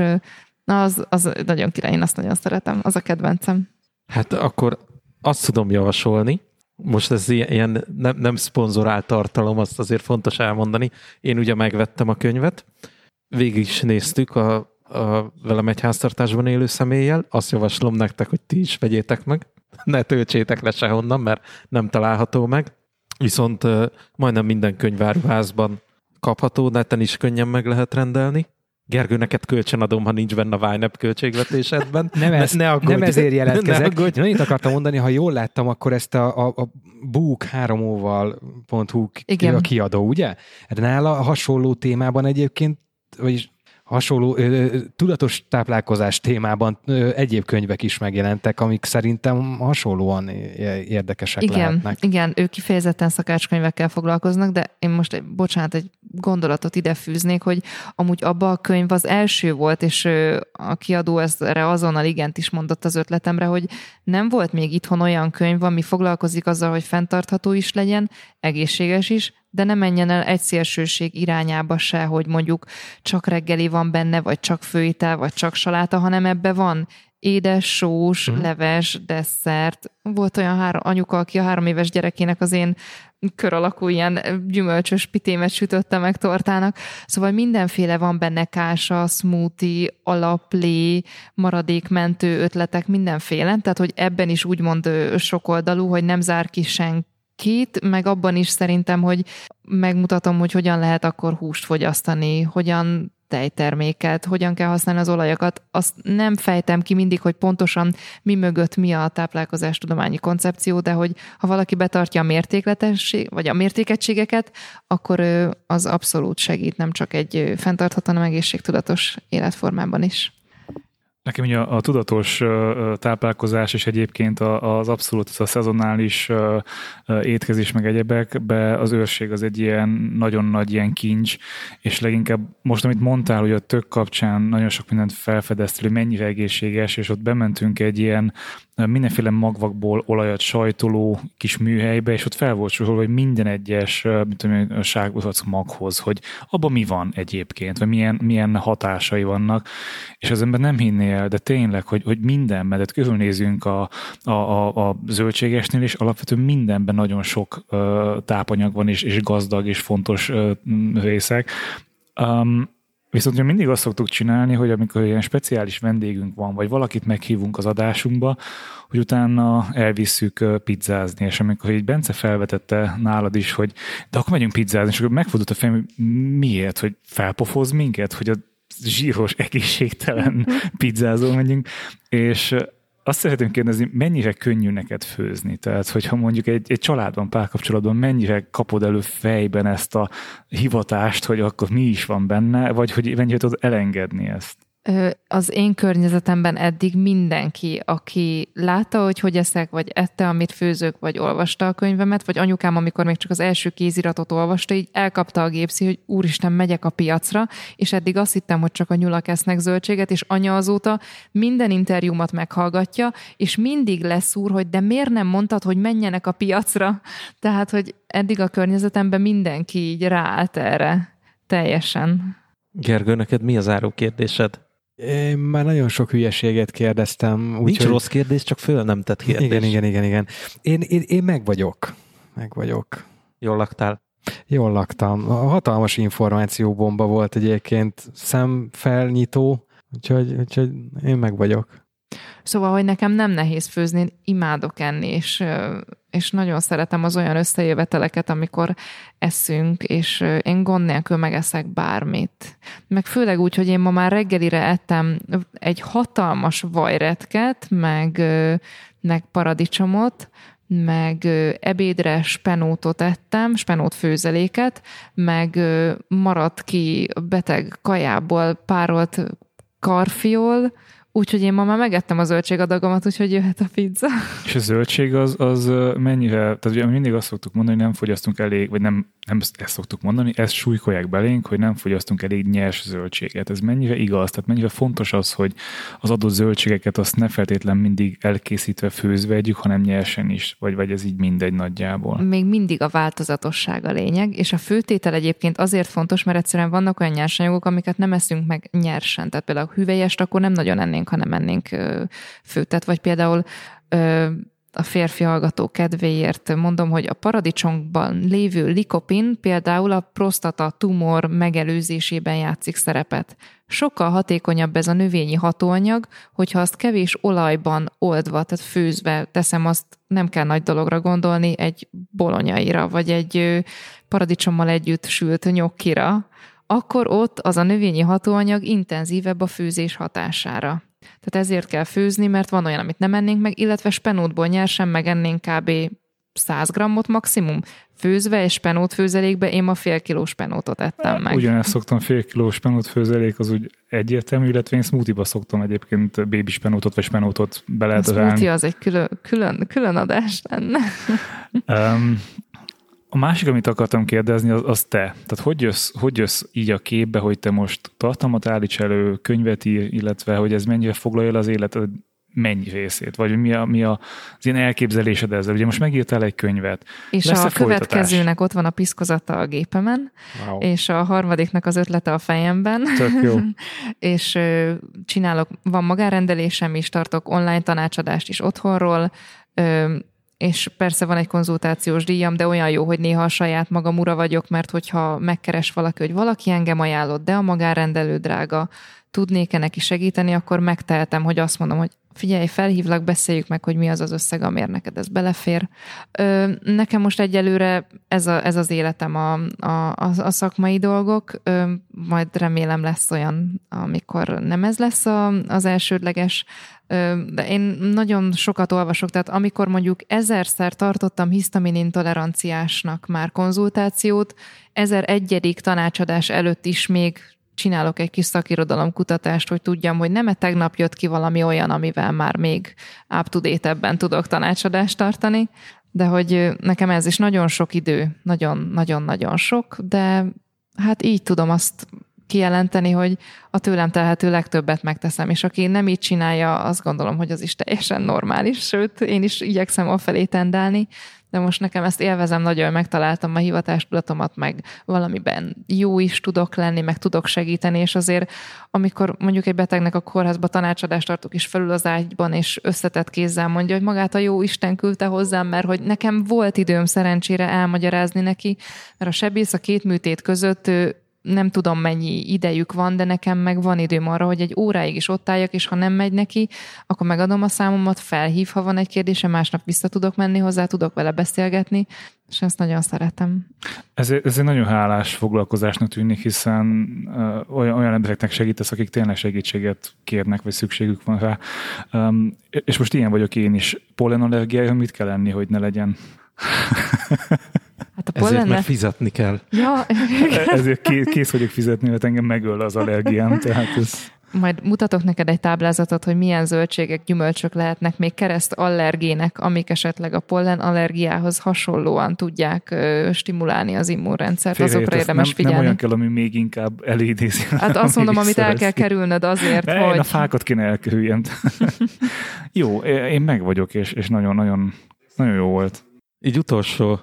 az nagyon király, én azt nagyon szeretem, az a kedvencem. Hát akkor azt tudom javasolni, most ez ilyen nem szponzorált tartalom, azt azért fontos elmondani. Én ugye megvettem a könyvet, végig is néztük a velem egy háztartásban élő személlyel, azt javaslom nektek, hogy ti is vegyétek meg, ne töltsétek le sehonnan, mert nem található meg. Viszont majdnem minden könyváruházban kapható, neten is könnyen meg lehet rendelni. Gergő, neked kölcsönadom, ha nincs benne a YNAB költségvetésedben. Nem ezért jelentkezek. Annyit akartam mondani, ha jól láttam, akkor ezt a book3oval.hu a kiadó, ugye? De nála hasonló témában egyébként, vagyis hasonló tudatos táplálkozás témában egyéb könyvek is megjelentek, amik szerintem hasonlóan érdekesek lehetnek. Igen, ők kifejezetten szakácskönyvekkel foglalkoznak, de én most, egy gondolatot ide fűznék, hogy amúgy abban a könyv az első volt, és a kiadó erre azonnal igent is mondott az ötletemre, hogy nem volt még itthon olyan könyv, ami foglalkozik azzal, hogy fenntartható is legyen, egészséges is, de ne menjen el egy szélsőség irányába se, hogy mondjuk csak reggeli van benne, vagy csak főétel, vagy csak saláta, hanem ebbe van édes, sós, leves, desszert. Volt olyan anyuka, aki a 3 éves gyerekének az én kör alakú ilyen gyümölcsös pitémet sütötte meg tortának. Szóval mindenféle van benne, kása, smoothie, alaplé, maradékmentő ötletek, mindenféle. Tehát, hogy ebben is úgymond sokoldalú, hogy nem zár ki senkit, meg abban is szerintem, hogy megmutatom, hogy hogyan lehet akkor húst fogyasztani, hogyan tejterméket, hogyan kell használni az olajakat. Azt nem fejtem ki mindig, hogy pontosan mi mögött mi a táplálkozástudományi koncepció, de hogy ha valaki betartja a vagy a mértékegységeket, akkor az abszolút segít, nem csak egy fenntartható, hanem egészségtudatos életformában is. Nekem ugye a tudatos táplálkozás és egyébként az abszolút a szezonális étkezés meg egyebekbe az őrség az egy ilyen nagyon nagy ilyen kincs, és leginkább most, amit mondtál, hogy a tök kapcsán nagyon sok mindent felfedeztél, hogy mennyire egészséges, és ott bementünk egy ilyen mindenféle magvakból olajat sajtoló kis műhelybe, és ott fel volt sorolva, hogy minden egyes, mint tudom, a ságbozac maghoz, hogy abban mi van egyébként, vagy milyen hatásai vannak, és az ember nem hinné el, de tényleg, hogy mindenben, de körülnézünk a zöldségesnél, és alapvetően mindenben nagyon sok tápanyag van, és gazdag, és fontos részek. Viszont mindig azt szoktuk csinálni, hogy amikor ilyen speciális vendégünk van, vagy valakit meghívunk az adásunkba, hogy utána elvisszük pizzázni, és amikor így Bence felvetette nálad is, hogy de akkor megyünk pizzázni, és akkor megfordult a fejem, hogy miért, hogy felpofoz minket, hogy a zsíros, egészségtelen pizzázó megyünk, és azt szeretném kérdezni, mennyire könnyű neked főzni? Tehát, hogyha mondjuk egy családban, párkapcsolatban mennyire kapod elő fejben ezt a hivatást, hogy akkor mi is van benne, vagy hogy mennyire tudod elengedni ezt? Az én környezetemben eddig mindenki, aki látta, hogy eszek, vagy ette, amit főzök, vagy olvasta a könyvemet, vagy anyukám, amikor még csak az első kéziratot olvasta, így elkapta a gépszi, hogy úristen, megyek a piacra, és eddig azt hittem, hogy csak a nyulak esznek zöldséget, és anya azóta minden interjúmat meghallgatja, és mindig leszúr, hogy de miért nem mondtad, hogy menjenek a piacra? Tehát, hogy eddig a környezetemben mindenki így ráállt erre teljesen. Gergő, neked mi az záró kérdésed? Én már nagyon sok hülyeséget kérdeztem. Nincs rossz kérdés, csak föl nem tett kérdés. Igen. Én meg vagyok. Jól laktál? Jól laktam. A hatalmas információbomba volt egyébként, szemfelnyitó, úgyhogy én meg vagyok. Szóval, hogy nekem nem nehéz főzni, én imádok enni, és nagyon szeretem az olyan összejöveteleket, amikor eszünk, és én gond nélkül megeszek bármit. Meg főleg úgy, hogy én ma már reggelire ettem egy hatalmas vajretket, meg paradicsomot, meg ebédre spenótot ettem, spenót főzeléket, meg maradt ki beteg kajából párolt karfiol, úgyhogy én ma már megettem a zöldségadagomat, úgyhogy jöhet a pizza. És a zöldség az mennyire, tehát ugye mindig azt szoktuk mondani, hogy nem fogyasztunk elég, vagy nem ezt szoktuk mondani, ezt súlykolják belénk, hogy nem fogyasztunk elég nyers zöldséget. Ez mennyire igaz? Tehát mennyire fontos az, hogy az adott zöldségeket azt ne feltétlen mindig elkészítve, főzve együk, hanem nyersen is, vagy ez így mindegy nagyjából? Még mindig a változatosság a lényeg, és a főtétel egyébként azért fontos, mert egyszerűen vannak olyan nyersanyagok, amiket nem eszünk meg nyersen. Tehát például hüvelyest akkor nem nagyon ennénk, hanem ennénk főtet, vagy például a férfi hallgató kedvéért mondom, hogy a paradicsomban lévő likopin például a prostata tumor megelőzésében játszik szerepet. Sokkal hatékonyabb ez a növényi hatóanyag, hogyha azt kevés olajban oldva, tehát főzve teszem, azt nem kell nagy dologra gondolni, egy bolonyaira, vagy egy paradicsommal együtt sült nyokkira, akkor ott az a növényi hatóanyag intenzívebb a főzés hatására. Tehát ezért kell főzni, mert van olyan, amit nem ennénk meg, illetve spenótból nyersen megennénk kb. 100 grammot maximum. Főzve és spenót főzelékbe én ma fél kiló spenótot ettem meg. Ugyanezt szoktam, fél kiló spenót főzelék, az úgy egyértelmű, illetve én smoothie-ba szoktam egyébként baby spenótot vagy spenótot be lehet rálni. A smoothie az egy külön adás lenne. A másik, amit akartam kérdezni, az te. Tehát hogy jössz így a képbe, hogy te most tartalmat állíts elő, könyvet ír, illetve hogy ez mennyire foglalja el az életed mennyi részét, vagy mi az ilyen elképzelésed ezzel. Ugye most megírtál egy könyvet. És a következőnek ott van a piszkozata a gépemen, wow. És a harmadiknak az ötlete a fejemben. Tök jó. És van magárendelésem is, tartok online tanácsadást is otthonról, és persze van egy konzultációs díjam, de olyan jó, hogy néha a saját magam ura vagyok, mert hogyha megkeres valaki, hogy valaki engem ajánlott, de a magárendelő drága, tudnék-e neki segíteni, akkor megtehetem, hogy azt mondom, hogy figyelj, felhívlak, beszéljük meg, hogy mi az az összeg, amiért neked ez belefér. Nekem most egyelőre ez az életem a szakmai dolgok, majd remélem lesz olyan, amikor nem ez lesz az elsődleges, de én nagyon sokat olvasok, tehát amikor mondjuk 1000-szer tartottam hisztamin intoleranciásnak már konzultációt, 1001. tanácsadás előtt is még csinálok egy kis szakirodalomkutatást, hogy tudjam, hogy nem tegnap jött ki valami olyan, amivel már még up-to-date-ebben tudok tanácsadást tartani, de hogy nekem ez is nagyon sok idő, nagyon-nagyon sok, de hát így tudom azt kijelenteni, hogy a tőlem telhető legtöbbet megteszem, és aki nem így csinálja, azt gondolom, hogy az is teljesen normális, sőt, én is igyekszem afelé tendálni, de most nekem ezt élvezem nagyon, megtaláltam a hivatástudatomat, meg valamiben jó is tudok lenni, meg tudok segíteni, és azért, amikor mondjuk egy betegnek a kórházba tanácsadást tartok, és felül az ágyban, és összetett kézzel mondja, hogy magát a jó Isten küldte hozzám, mert hogy nekem volt időm szerencsére elmagyarázni neki, mert a sebész a 2 műtét között nem tudom, mennyi idejük van, de nekem meg van időm arra, hogy egy óráig is ott álljak, és ha nem megy neki, akkor megadom a számomat, felhív, ha van egy kérdése, másnap vissza tudok menni hozzá, tudok vele beszélgetni, és ezt nagyon szeretem. Ez egy nagyon hálás foglalkozásnak tűnik, hiszen olyan embereknek segítesz, akik tényleg segítséget kérnek, vagy szükségük van rá. És most ilyen vagyok én is. Pollenallergiája, mit kell enni, hogy ne legyen? Hát ezért meg fizetni kell. Ja. Ezért kész vagyok fizetni, mert engem megöl az allergiám. Tehát ez... Majd mutatok neked egy táblázatot, hogy milyen zöldségek, gyümölcsök lehetnek még keresztallergének, amik esetleg a pollenallergiához hasonlóan tudják stimulálni az immunrendszert. Azokra érdemes figyelni. Nem olyan kell, ami még inkább elidézi. Hát azt mondom, amit el kell kerülnöd azért, hogy... Én a fákat kéne elkerüljem. Jó, én meg vagyok, és nagyon jó volt. Így utolsó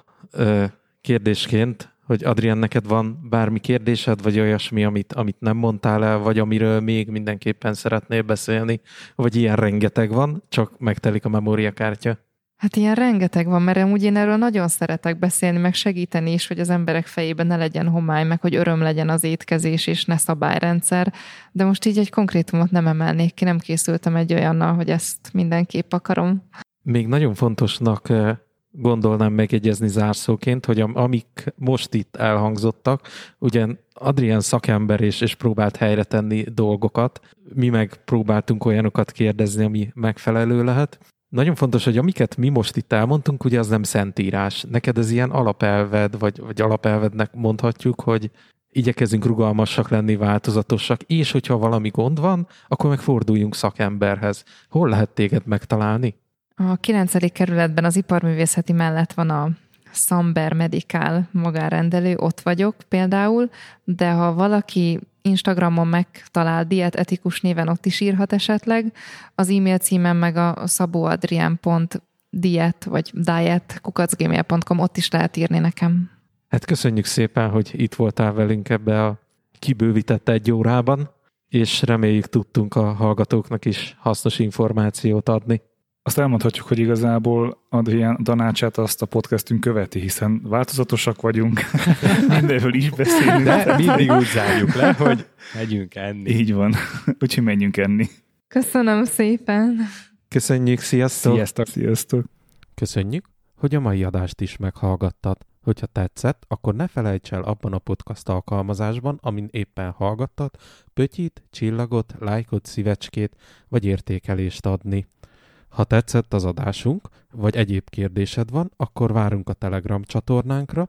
kérdésként, hogy Adrián, neked van bármi kérdésed, vagy olyasmi, amit nem mondtál el, vagy amiről még mindenképpen szeretnél beszélni, vagy ilyen rengeteg van, csak megtelik a memóriakártya? Hát ilyen rengeteg van, mert amúgy én erről nagyon szeretek beszélni, meg segíteni is, hogy az emberek fejében ne legyen homály, meg hogy öröm legyen az étkezés, és ne szabályrendszer, de most így egy konkrétumot nem emelnék ki, nem készültem egy olyannal, hogy ezt mindenképp akarom. Még nagyon fontosnak gondolnám megjegyezni zárszóként, hogy amik most itt elhangzottak, ugyan Adrián szakember és próbált helyre tenni dolgokat, mi meg próbáltunk olyanokat kérdezni, ami megfelelő lehet. Nagyon fontos, hogy amiket mi most itt elmondtunk, ugye az nem szentírás. Neked ez ilyen alapelved, vagy alapelvednek mondhatjuk, hogy igyekezünk rugalmasak lenni, változatosak, és hogyha valami gond van, akkor meg forduljunk szakemberhez. Hol lehet téged megtalálni? A 9. kerületben az iparművészeti mellett van a Samber Medical magánrendelő, ott vagyok például, de ha valaki Instagramon megtalál dietetikus néven, ott is írhat esetleg. Az e-mail címem meg a szabóadrián.diet vagy diet@gmail.com, ott is lehet írni nekem. Hát köszönjük szépen, hogy itt voltál velünk ebbe a kibővített 1 órában, és reméljük tudtunk a hallgatóknak is hasznos információt adni. Azt elmondhatjuk, hogy igazából Adrián tanácsát azt a podcastünk követi, hiszen változatosak vagyunk, mindenről is beszélünk. De mindig úgy zárjuk le, hogy megyünk enni. Így van, úgyhogy menjünk enni. Köszönöm szépen! Köszönjük, sziasztok! Sziasztok! Köszönjük, hogy a mai adást is meghallgattad. Hogyha tetszett, akkor ne felejts el abban a podcast alkalmazásban, amin éppen hallgattad, pötyit, csillagot, lájkot, szívecskét vagy értékelést adni. Ha tetszett az adásunk, vagy egyéb kérdésed van, akkor várunk a Telegram csatornánkra,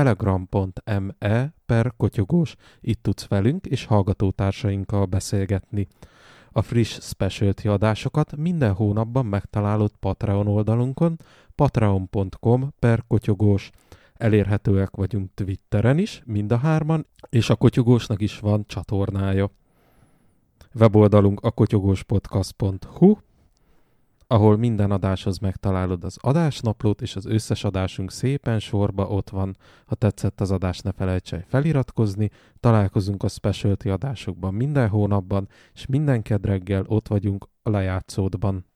telegram.me/kotyogós. Itt tudsz velünk és hallgatótársainkkal beszélgetni. A friss specialty adásokat minden hónapban megtalálod Patreon oldalunkon, patreon.com/kotyogós. Elérhetőek vagyunk Twitteren is, mind a 3-an, és a Kotyogósnak is van csatornája. Weboldalunk a kotyogóspodcast.hu, ahol minden adáshoz megtalálod az adásnaplót, és az összes adásunk szépen sorba ott van. Ha tetszett az adás, ne felejts el feliratkozni. Találkozunk a specialty adásokban minden hónapban, és minden kedd reggel ott vagyunk a lejátszódban.